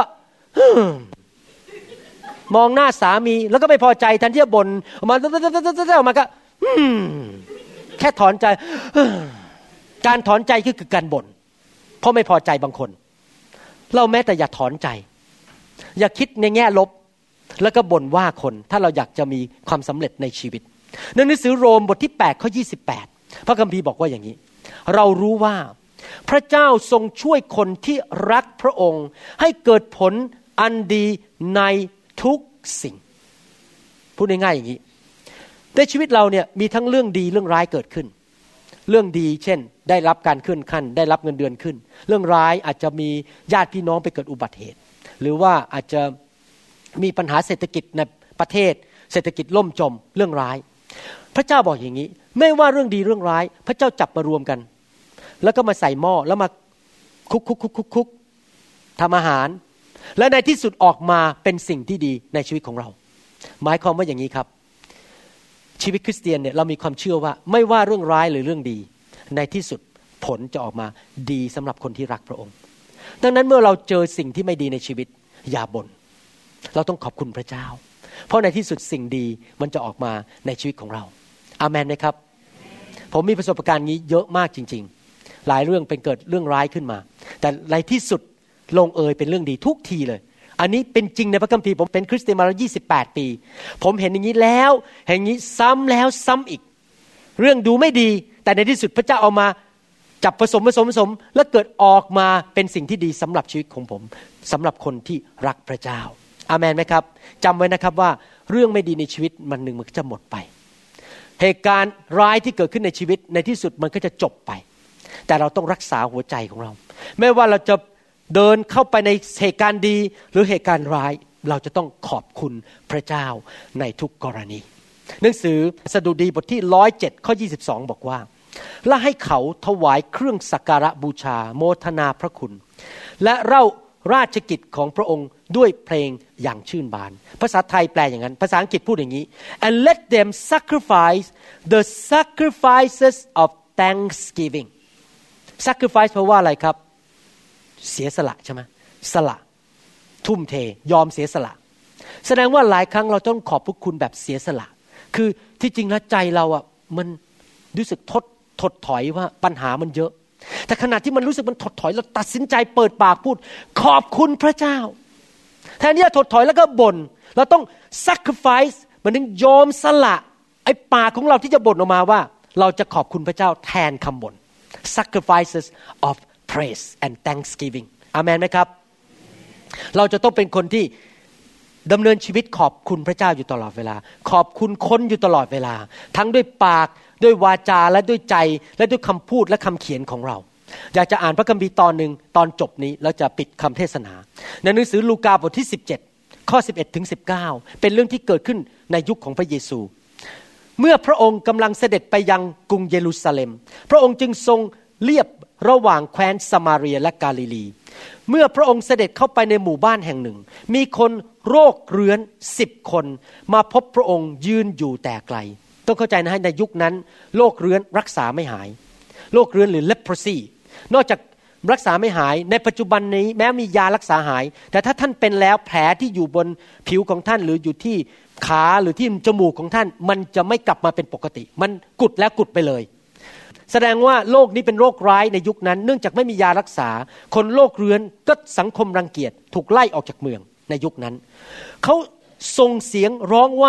มองหน้าสามีแล้วก็ไม่พอใจทันที่จะบ่นออกมาก็แค่ถอนใจการถอนใจคือการบ่นเพราะไม่พอใจบางคนเราแม้แต่อย่าถอนใจอย่าคิดในแง่ลบแล้วก็บ่นว่าคนถ้าเราอยากจะมีความสำเร็จในชีวิตในหนังสือโรมบทที่8ข้อ28พระคัมภีร์บอกว่าอย่างนี้เรารู้ว่าพระเจ้าทรงช่วยคนที่รักพระองค์ให้เกิดผลอันดีในทุกสิ่งพูดง่ายๆอย่างนี้ในชีวิตเราเนี่ยมีทั้งเรื่องดีเรื่องร้ายเกิดขึ้นเรื่องดีเช่นได้รับการขึ้นขั้นได้รับเงินเดือนขึ้นเรื่องร้ายอาจจะมีญาติพี่น้องไปเกิดอุบัติเหตุหรือว่าอาจจะมีปัญหาเศรษฐกิจในประเทศเศรษฐกิจล่มจมเรื่องร้ายพระเจ้าบอกอย่างนี้ไม่ว่าเรื่องดีเรื่องร้ายพระเจ้าจับมารวมกันแล้วก็มาใส่หม้อแล้วมาคุกทำอาหารและในที่สุดออกมาเป็นสิ่งที่ดีในชีวิตของเราหมายความว่าอย่างนี้ครับชีวิตคริสเตียนเนี่ยเรามีความเชื่อว่าไม่ว่าเรื่องร้ายหรือเรื่องดีในที่สุดผลจะออกมาดีสำหรับคนที่รักพระองค์ดังนั้นเมื่อเราเจอสิ่งที่ไม่ดีในชีวิตอย่าบ่นเราต้องขอบคุณพระเจ้าเพราะในที่สุดสิ่งดีมันจะออกมาในชีวิตของเราอาเมนไหมครับผมมีประสบการณ์นี้เยอะมากจริงๆหลายเรื่องเป็นเกิดเรื่องร้ายขึ้นมาแต่ในที่สุดลงเอยเป็นเรื่องดีทุกทีเลยอันนี้เป็นจริงในพระคัมภีร์ผมเป็นคริสเตียนมาแล้ว28ปีผมเห็นอย่างนี้แล้วเห็นอย่างนี้ซ้ำแล้วซ้ำอีกเรื่องดูไม่ดีแต่ในที่สุดพระเจ้าเอามาจับผสมแล้วเกิดออกมาเป็นสิ่งที่ดีสำหรับชีวิตของผมสำหรับคนที่รักพระเจ้าอาเมนไหมครับจำไว้นะครับว่าเรื่องไม่ดีในชีวิตมันหนึ่งมันจะหมดไปเหตุการณ์ร้ายที่เกิดขึ้นในชีวิตในที่สุดมันก็จะจบไปแต่เราต้องรักษาหัวใจของเราไม่ว่าเราจะเดินเข้าไปในเหตุการณ์ดีหรือเหตุการณ์ร้ายเราจะต้องขอบคุณพระเจ้าในทุกกรณีหนังสือสดุดีบทที่107ข้อ22บอกว่าและให้เขาถวายเครื่องสักการะบูชาโมทนาพระคุณและเล่าราชกิจของพระองค์ด้วยเพลงอย่างชื่นบานภาษาไทยแปลอย่างนั้นภาษาอังกฤษพูดอย่างนี้ and let them sacrifice the sacrifices of thanksgiving sacrifice แปลว่าอะไรครับเสียสละใช่ไหมสละทุ่มเทยอมเสียสละแสดงว่าหลายครั้งเราต้องขอบพระคุณแบบเสียสละคือที่จริงแล้วใจเราอ่ะมันรู้สึกถดถอยว่าปัญหามันเยอะแต่ขณะที่มันรู้สึกมันถดถอยเราตัดสินใจเปิดปากพูดขอบคุณพระเจ้าแทนที่จะถดถอยแล้วก็บ่นเราต้อง sacrifice มันถึงยอมสละไอ้ปากของเราที่จะบ่นออกมาว่าเราจะขอบคุณพระเจ้าแทนคำบ่น sacrifices of praise and thanksgiving อาเมนไหมครับเราจะต้องเป็นคนที่ดำเนินชีวิตขอบคุณพระเจ้าอยู่ตลอดเวลาขอบคุณคนอยู่ตลอดเวลาทั้งด้วยปากด้วยวาจาและด้วยใจและด้วยคำพูดและคำเขียนของเราอยากจะอ่านพระคัมภีร์ตอนนึงตอนจบนี้แล้วจะปิดคำเทศนาในหนังสือลูกาบทที่17ข้อ11ถึง19เป็นเรื่องที่เกิดขึ้นในยุคของพระเยซูเมื่อพระองค์กำลังเสด็จไปยังกรุงเยรูซาเล็มพระองค์จึงทรงเลียบระหว่างแคว้นสมาเรียและกาลิลีเมื่อพระองค์เสด็จเข้าไปในหมู่บ้านแห่งหนึ่งมีคนโรคเรื้อน10คนมาพบพระองค์ยืนอยู่แต่ไกลต้องเข้าใจนะในยุคนั้นโรคเรื้อนรักษาไม่หายโรคเรื้อนหรือ leprosy นอกจากรักษาไม่หายในปัจจุบันนี้แม้มียารักษาหายแต่ถ้าท่านเป็นแล้วแผลที่อยู่บนผิวของท่านหรืออยู่ที่ขาหรือที่จมูกของท่านมันจะไม่กลับมาเป็นปกติมันกุดแล้วกุดไปเลยแสดงว่าโรคนี้เป็นโรคร้ายในยุคนั้นเนื่องจากไม่มียารักษาคนโรคเรื้อนก็สังคมรังเกียจถูกไล่ออกจากเมืองในยุคนั้นเขาส่งเสียงร้องว่า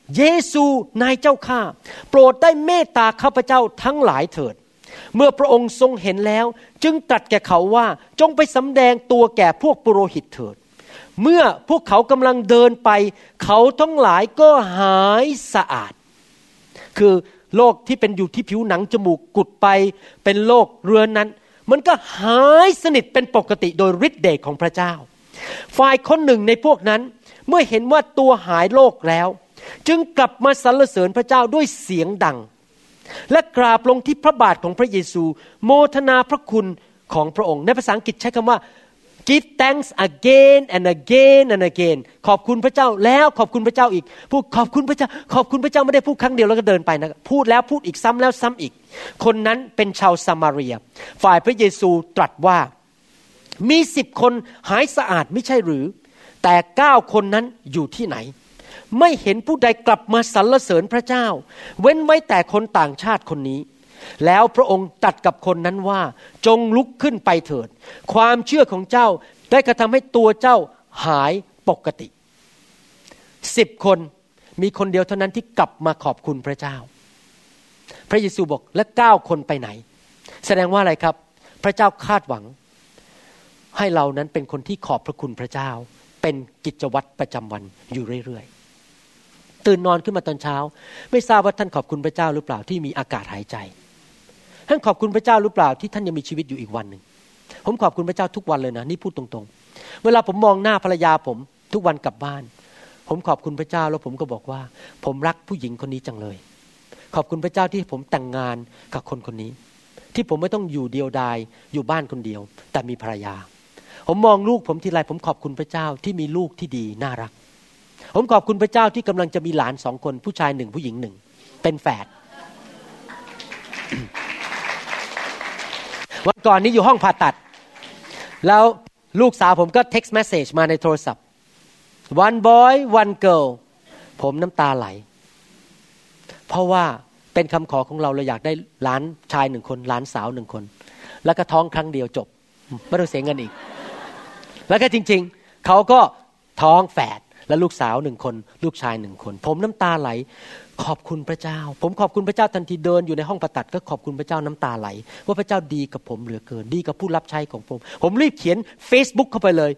เยซูนายเจ้าข้าโปรดได้เมตตาข้าพเจ้าทั้งหลายเถิดเมื่อพระองค์ทรงเห็นแล้วจึงตรัสแก่เขาว่าจงไปสำแดงตัวแก่พวกปุโรหิตเถิดเมื่อพวกเขากำลังเดินไปเขาทั้งหลายก็หายสะอาดคือโรคที่เป็นอยู่ที่ผิวหนังจมูกกุดไปเป็นโรคเรื้อนนั้นมันก็หายสนิทเป็นปกติโดยฤทธิ์เดชของพระเจ้าฝ่ายคนหนึ่งในพวกนั้นเมื่อเห็นว่าตัวหายโรคแล้วจึงกลับมาสรรเสริญพระเจ้าด้วยเสียงดังและกราบลงที่พระบาทของพระเยซูโมทนาพระคุณของพระองค์ในภาษาอังกฤษใช้คำว่า give thanks again and again and again ขอบคุณพระเจ้าแล้วขอบคุณพระเจ้าอีกพูดขอบคุณพระเจ้าขอบคุณพระเจ้าไม่ได้พูดครั้งเดียวแล้วก็เดินไปนะพูดแล้วพูดอีกซ้ำแล้วซ้ำอีกคนนั้นเป็นชาวซามาเรียฝ่ายพระเยซูตรัสว่ามี10 คนหายสะอาดไม่ใช่หรือแต่9 คนนั้นอยู่ที่ไหนไม่เห็นผู้ใดกลับมาสรรเสริญพระเจ้าเว้นไว้แต่คนต่างชาติคนนี้แล้วพระองค์ตรัสกับคนนั้นว่าจงลุกขึ้นไปเถิดความเชื่อของเจ้าได้กระทำให้ตัวเจ้าหายปกติ10 คนมีคนเดียวเท่านั้นที่กลับมาขอบคุณพระเจ้าพระเยซูบอกและ9 คนไปไหนแสดงว่าอะไรครับพระเจ้าคาดหวังให้เรานั้นเป็นคนที่ขอบพระคุณพระเจ้าเป็นกิจวัตรประจำวันอยู่เรื่อยๆตื่นนอนขึ้นมาตอนเช้าไม่ทราบว่าท่านขอบคุณพระเจ้าหรือเปล่าที่มีอากาศหายใจท่านขอบคุณพระเจ้าหรือเปล่าที่ท่านยังมีชีวิตอยู่อีกวันนึงผมขอบคุณพระเจ้าทุกวันเลยนะนี่พูดตรงๆเวลาผมมองหน้าภรรยาผมทุกวันกลับบ้านผมขอบคุณพระเจ้าแล้วผมก็บอกว่าผมรักผู้หญิงคนนี้จังเลยขอบคุณพระเจ้าที่ผมแต่งงานกับคนคนนี้ที่ผมไม่ต้องอยู่เดียวดายอยู่บ้านคนเดียวแต่มีภรรยาผมมองลูกผมทีไรผมขอบคุณพระเจ้าที่มีลูกที่ดีน่ารักผมขอบคุณพระเจ้าที่กำลังจะมีหลาน2 คนผู้ชาย1ผู้หญิง1เป็นแฝด วันก่อนนี้อยู่ห้องผ่าตัดแล้วลูกสาวผมก็ text message มาในโทรศัพท์ one boy one girl ผมน้ำตาไหลเพราะว่าเป็นคำขอของเราอยากได้หลานชาย1 คนหลานสาว1 คนแล้วก็ท้องครั้งเดียวจบไม่ต้องเสียเงินอีกแล้วก็จริงๆเขาก็ท้องแฝดและลูกสาว1 คนลูกชาย1 คนผมน้ำตาไหลขอบคุณพระเจ้าผมขอบคุณพระเจ้าทันทีเดินอยู่ในห้องผ่าตัดก็ขอบคุณพระเจ้าน้ำตาไหลว่าพระเจ้าดีกับผมเหลือเกินดีกับผู้รับใช้ของผมรีบเขียน Facebook เข้าไปเลย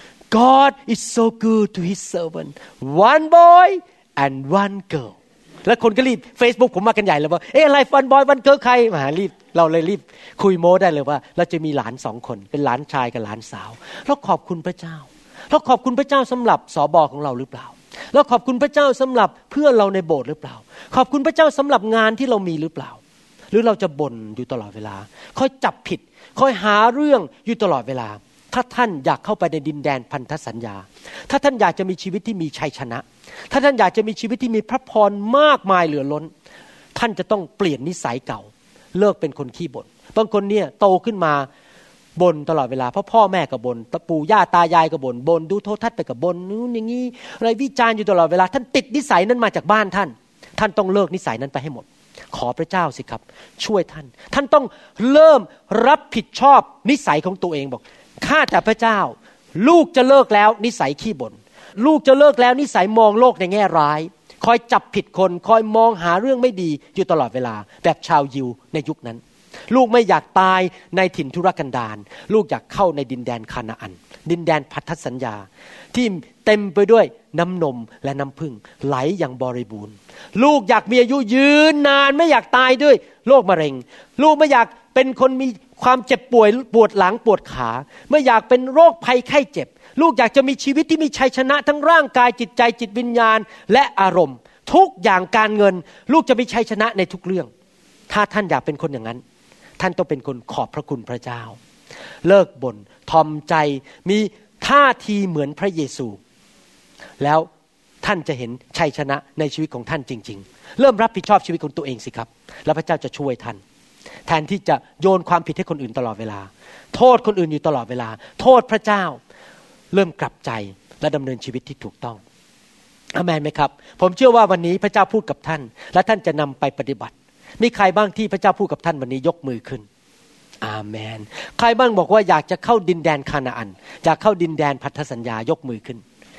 God is so good to his servant one boy and one girl แล้วคนก็รีบ Facebook ผมมากันใหญ่เลยว่าอะไร one boy one girl ใครมารีบเราเลยรีบคุยโม้ได้เลยว่าเราจะมีหลาน2 คนเป็นหลานชายกับหลานสาวเราขอบคุณพระเจ้าเราขอบคุณพระเจ้าสำหรับสบของเราหรือเปล่าเราขอบคุณพระเจ้าสำหรับเพื่อนเราในโบสถ์หรือเปล่าขอบคุณพระเจ้าสำหรับงานที่เรามีหรือเปล่าหรือเราจะบ่นอยู่ตลอดเวลาคอยจับผิดคอยหาเรื่องอยู่ตลอดเวลาถ้าท่านอยากเข้าไปในดินแดนพันธสัญญาถ้าท่านอยากจะมีชีวิตที่มีชัยชนะถ้าท่านอยากจะมีชีวิตที่มีพระพรมากมายเหลือล้นท่านจะต้องเปลี่ยนนิสัยเก่าเลิกเป็นคนขี้บ่นบางคนเนี่ยโตขึ้นมาบ่นตลอดเวลาเพราะพ่อแม่ก็บ่นปู่ย่าตายายก็บ่นดูโทรทัศน์ไปก็บ่นนู้นอย่างนี้อะไรวิจารณ์อยู่ตลอดเวลาท่านติดนิสัยนั้นมาจากบ้านท่านต้องเลิกนิสัยนั้นไปให้หมดขอพระเจ้าสิครับช่วยท่านต้องเริ่มรับผิดชอบนิสัยของตัวเองบอกข้าแต่พระเจ้าลูกจะเลิกแล้วนิสัยขี้บ่นลูกจะเลิกแล้วนิสัยมองโลกในแง่ร้ายคอยจับผิดคนคอยมองหาเรื่องไม่ดีอยู่ตลอดเวลาแบบชาวยิวในยุคนั้นลูกไม่อยากตายในถิ่นทุรกันดารลูกอยากเข้าในดินแดนคานาอันดินแดนพันธสัญญาที่เต็มไปด้วยน้ำนมและน้ำผึ้งไหลอย่างบริบูรณ์ลูกอยากมีอายุยืนนานไม่อยากตายด้วยโรคมะเร็งลูกไม่อยากเป็นคนมีความเจ็บป่วยปวดหลังปวดขาไม่อยากเป็นโรคภัยไข้เจ็บลูกอยากจะมีชีวิตที่มีชัยชนะทั้งร่างกายจิตใจจิตวิญญาณและอารมณ์ทุกอย่างการเงินลูกจะมีชัยชนะในทุกเรื่องถ้าท่านอยากเป็นคนอย่างนั้นท่านต้องเป็นคนขอบพระคุณพระเจ้าเลิกบ่นทอมใจมีท่าทีเหมือนพระเยซูแล้วท่านจะเห็นชัยชนะในชีวิตของท่านจริงๆเริ่มรับผิดชอบชีวิตของตัวเองสิครับแล้วพระเจ้าจะช่วยท่านแทนที่จะโยนความผิดให้คนอื่นตลอดเวลาโทษคนอื่นอยู่ตลอดเวลาโทษพระเจ้าเริ่มกลับใจและดำเนินชีวิตที่ถูกต้องอาเมนไหมครับผมเชื่อว่าวันนี้พระเจ้าพูดกับท่านและท่านจะนำไปปฏิบัติมีใครบ้างที่พระเจ้าพูดกับท่านวันนี้ยกมือขึ้นอาเมนใครบ้างบอกว่าอยากจะเข้าดินแดนคานาอันอยากเข้าดินแดนพันธสัญญายกมือขึ้น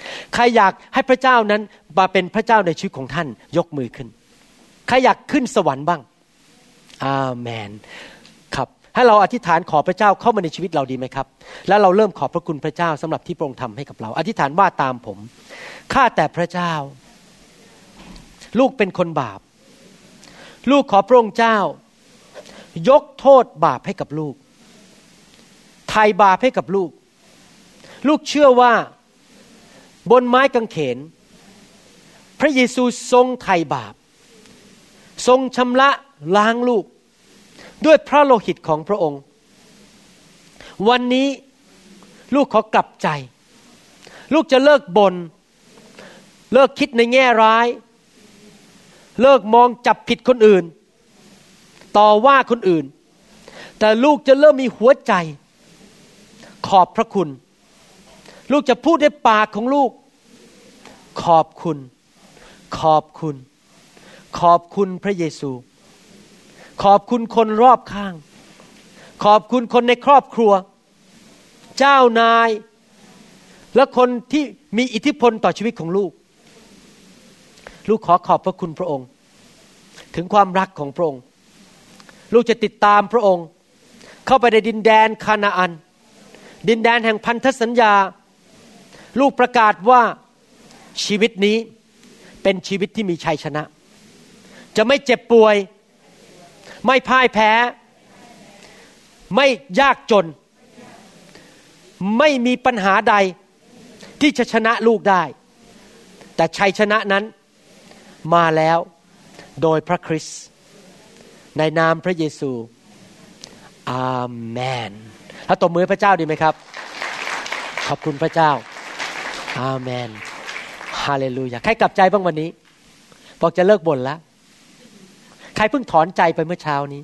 ใครอยากให้พระเจ้านั้นมาเป็นพระเจ้าในชีวิตของท่านยกมือขึ้นใครอยากขึ้นสวรรค์บ้างอาเมนครับให้เราอธิษฐานขอพระเจ้าเข้ามาในชีวิตเราดีไหมครับแล้วเราเริ่มขอบพระคุณพระเจ้าสำหรับที่พระองค์ทำให้กับเราอธิษฐานว่าตามผมข้าแต่พระเจ้าลูกเป็นคนบาปลูกขอพระองค์เจ้ายกโทษบาปให้กับลูกไถ่บาปให้กับลูกลูกเชื่อว่าบนไม้กางเขนพระเยซูทรงไถ่บาปทรงชำระล้างลูกด้วยพระโลหิตของพระองค์วันนี้ลูกขอกลับใจลูกจะเลิกบ่นเลิกคิดในแง่ร้ายเลิกมองจับผิดคนอื่นต่อว่าคนอื่นแต่ลูกจะเริ่มมีหัวใจขอบพระคุณลูกจะพูดด้วยปากของลูกขอบคุณขอบคุณขอบคุณพระเยซูขอบคุณคนรอบข้างขอบคุณคนในครอบครัวเจ้านายและคนที่มีอิทธิพลต่อชีวิตของลูกลูกขอขอบพระคุณพระองค์ถึงความรักของพระองค์ลูกจะติดตามพระองค์เข้าไปในดินแดนคานาอันดินแดนแห่งพันธสัญญาลูกประกาศว่าชีวิตนี้เป็นชีวิตที่มีชัยชนะจะไม่เจ็บป่วยไม่พ่ายแพ้ไม่ยากจนไม่มีปัญหาใดที่จะชนะลูกได้แต่ชัยชนะนั้นมาแล้วโดยพระคริสต์ในนามพระเยซูอาเมนแล้วตบมือพระเจ้าดีไหมครับขอบคุณพระเจ้าอาเมนฮาเลลูยาใครกลับใจบ้างวันนี้บอกจะเลิกบ่นแล้วใครเพิ่งถอนใจไปเมื่อเช้านี้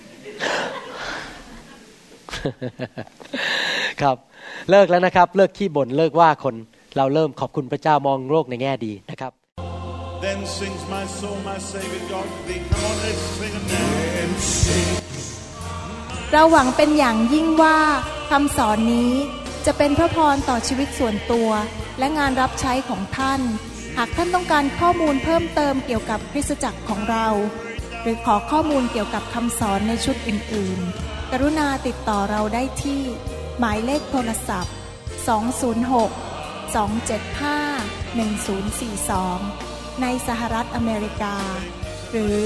ครับเลิกแล้วนะครับเลิกขี้บ่นเลิกว่าคนเราเริ่มขอบคุณพระเจ้ามองโลกในแง่ดีนะครับ Then sings my soul, my Savior God to thee. Come on, let's sing it now. And sing. เราหวังเป็นอย่างยิ่งว่าคำสอนนี้จะเป็นพระพรต่อชีวิตส่วนตัวและงานรับใช้ของท่านหากท่านต้องการข้อมูลเพิ่มเติมเกี่ยวกับคริสตจักรของเราหรือขอข้อมูลเกี่ยวกับคำสอนในชุดอื่นๆกรุณาติดต่อเราได้ที่หมายเลขโทรศัพท์206-275-1042ในสหรัฐอเมริกาหรือ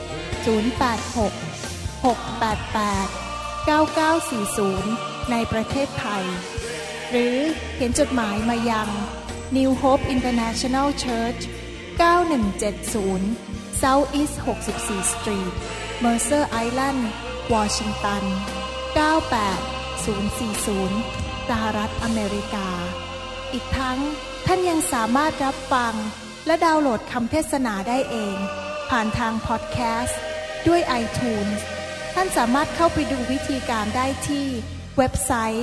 086-688-9940ในประเทศไทยหรือเขียนจดหมายมายัง New Hope International Church 9170 South East 64 Street Mercer Island Washington 98040 สหรัฐอเมริกาอีกทั้งท่านยังสามารถรับฟังและดาวน์โหลดคำเทศนาได้เองผ่านทางพอดแคสต์ด้วย iTunes ท่านสามารถเข้าไปดูวิธีการได้ที่เว็บไซต์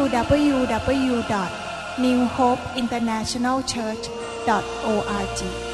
www.newhopeinternationalchurch.org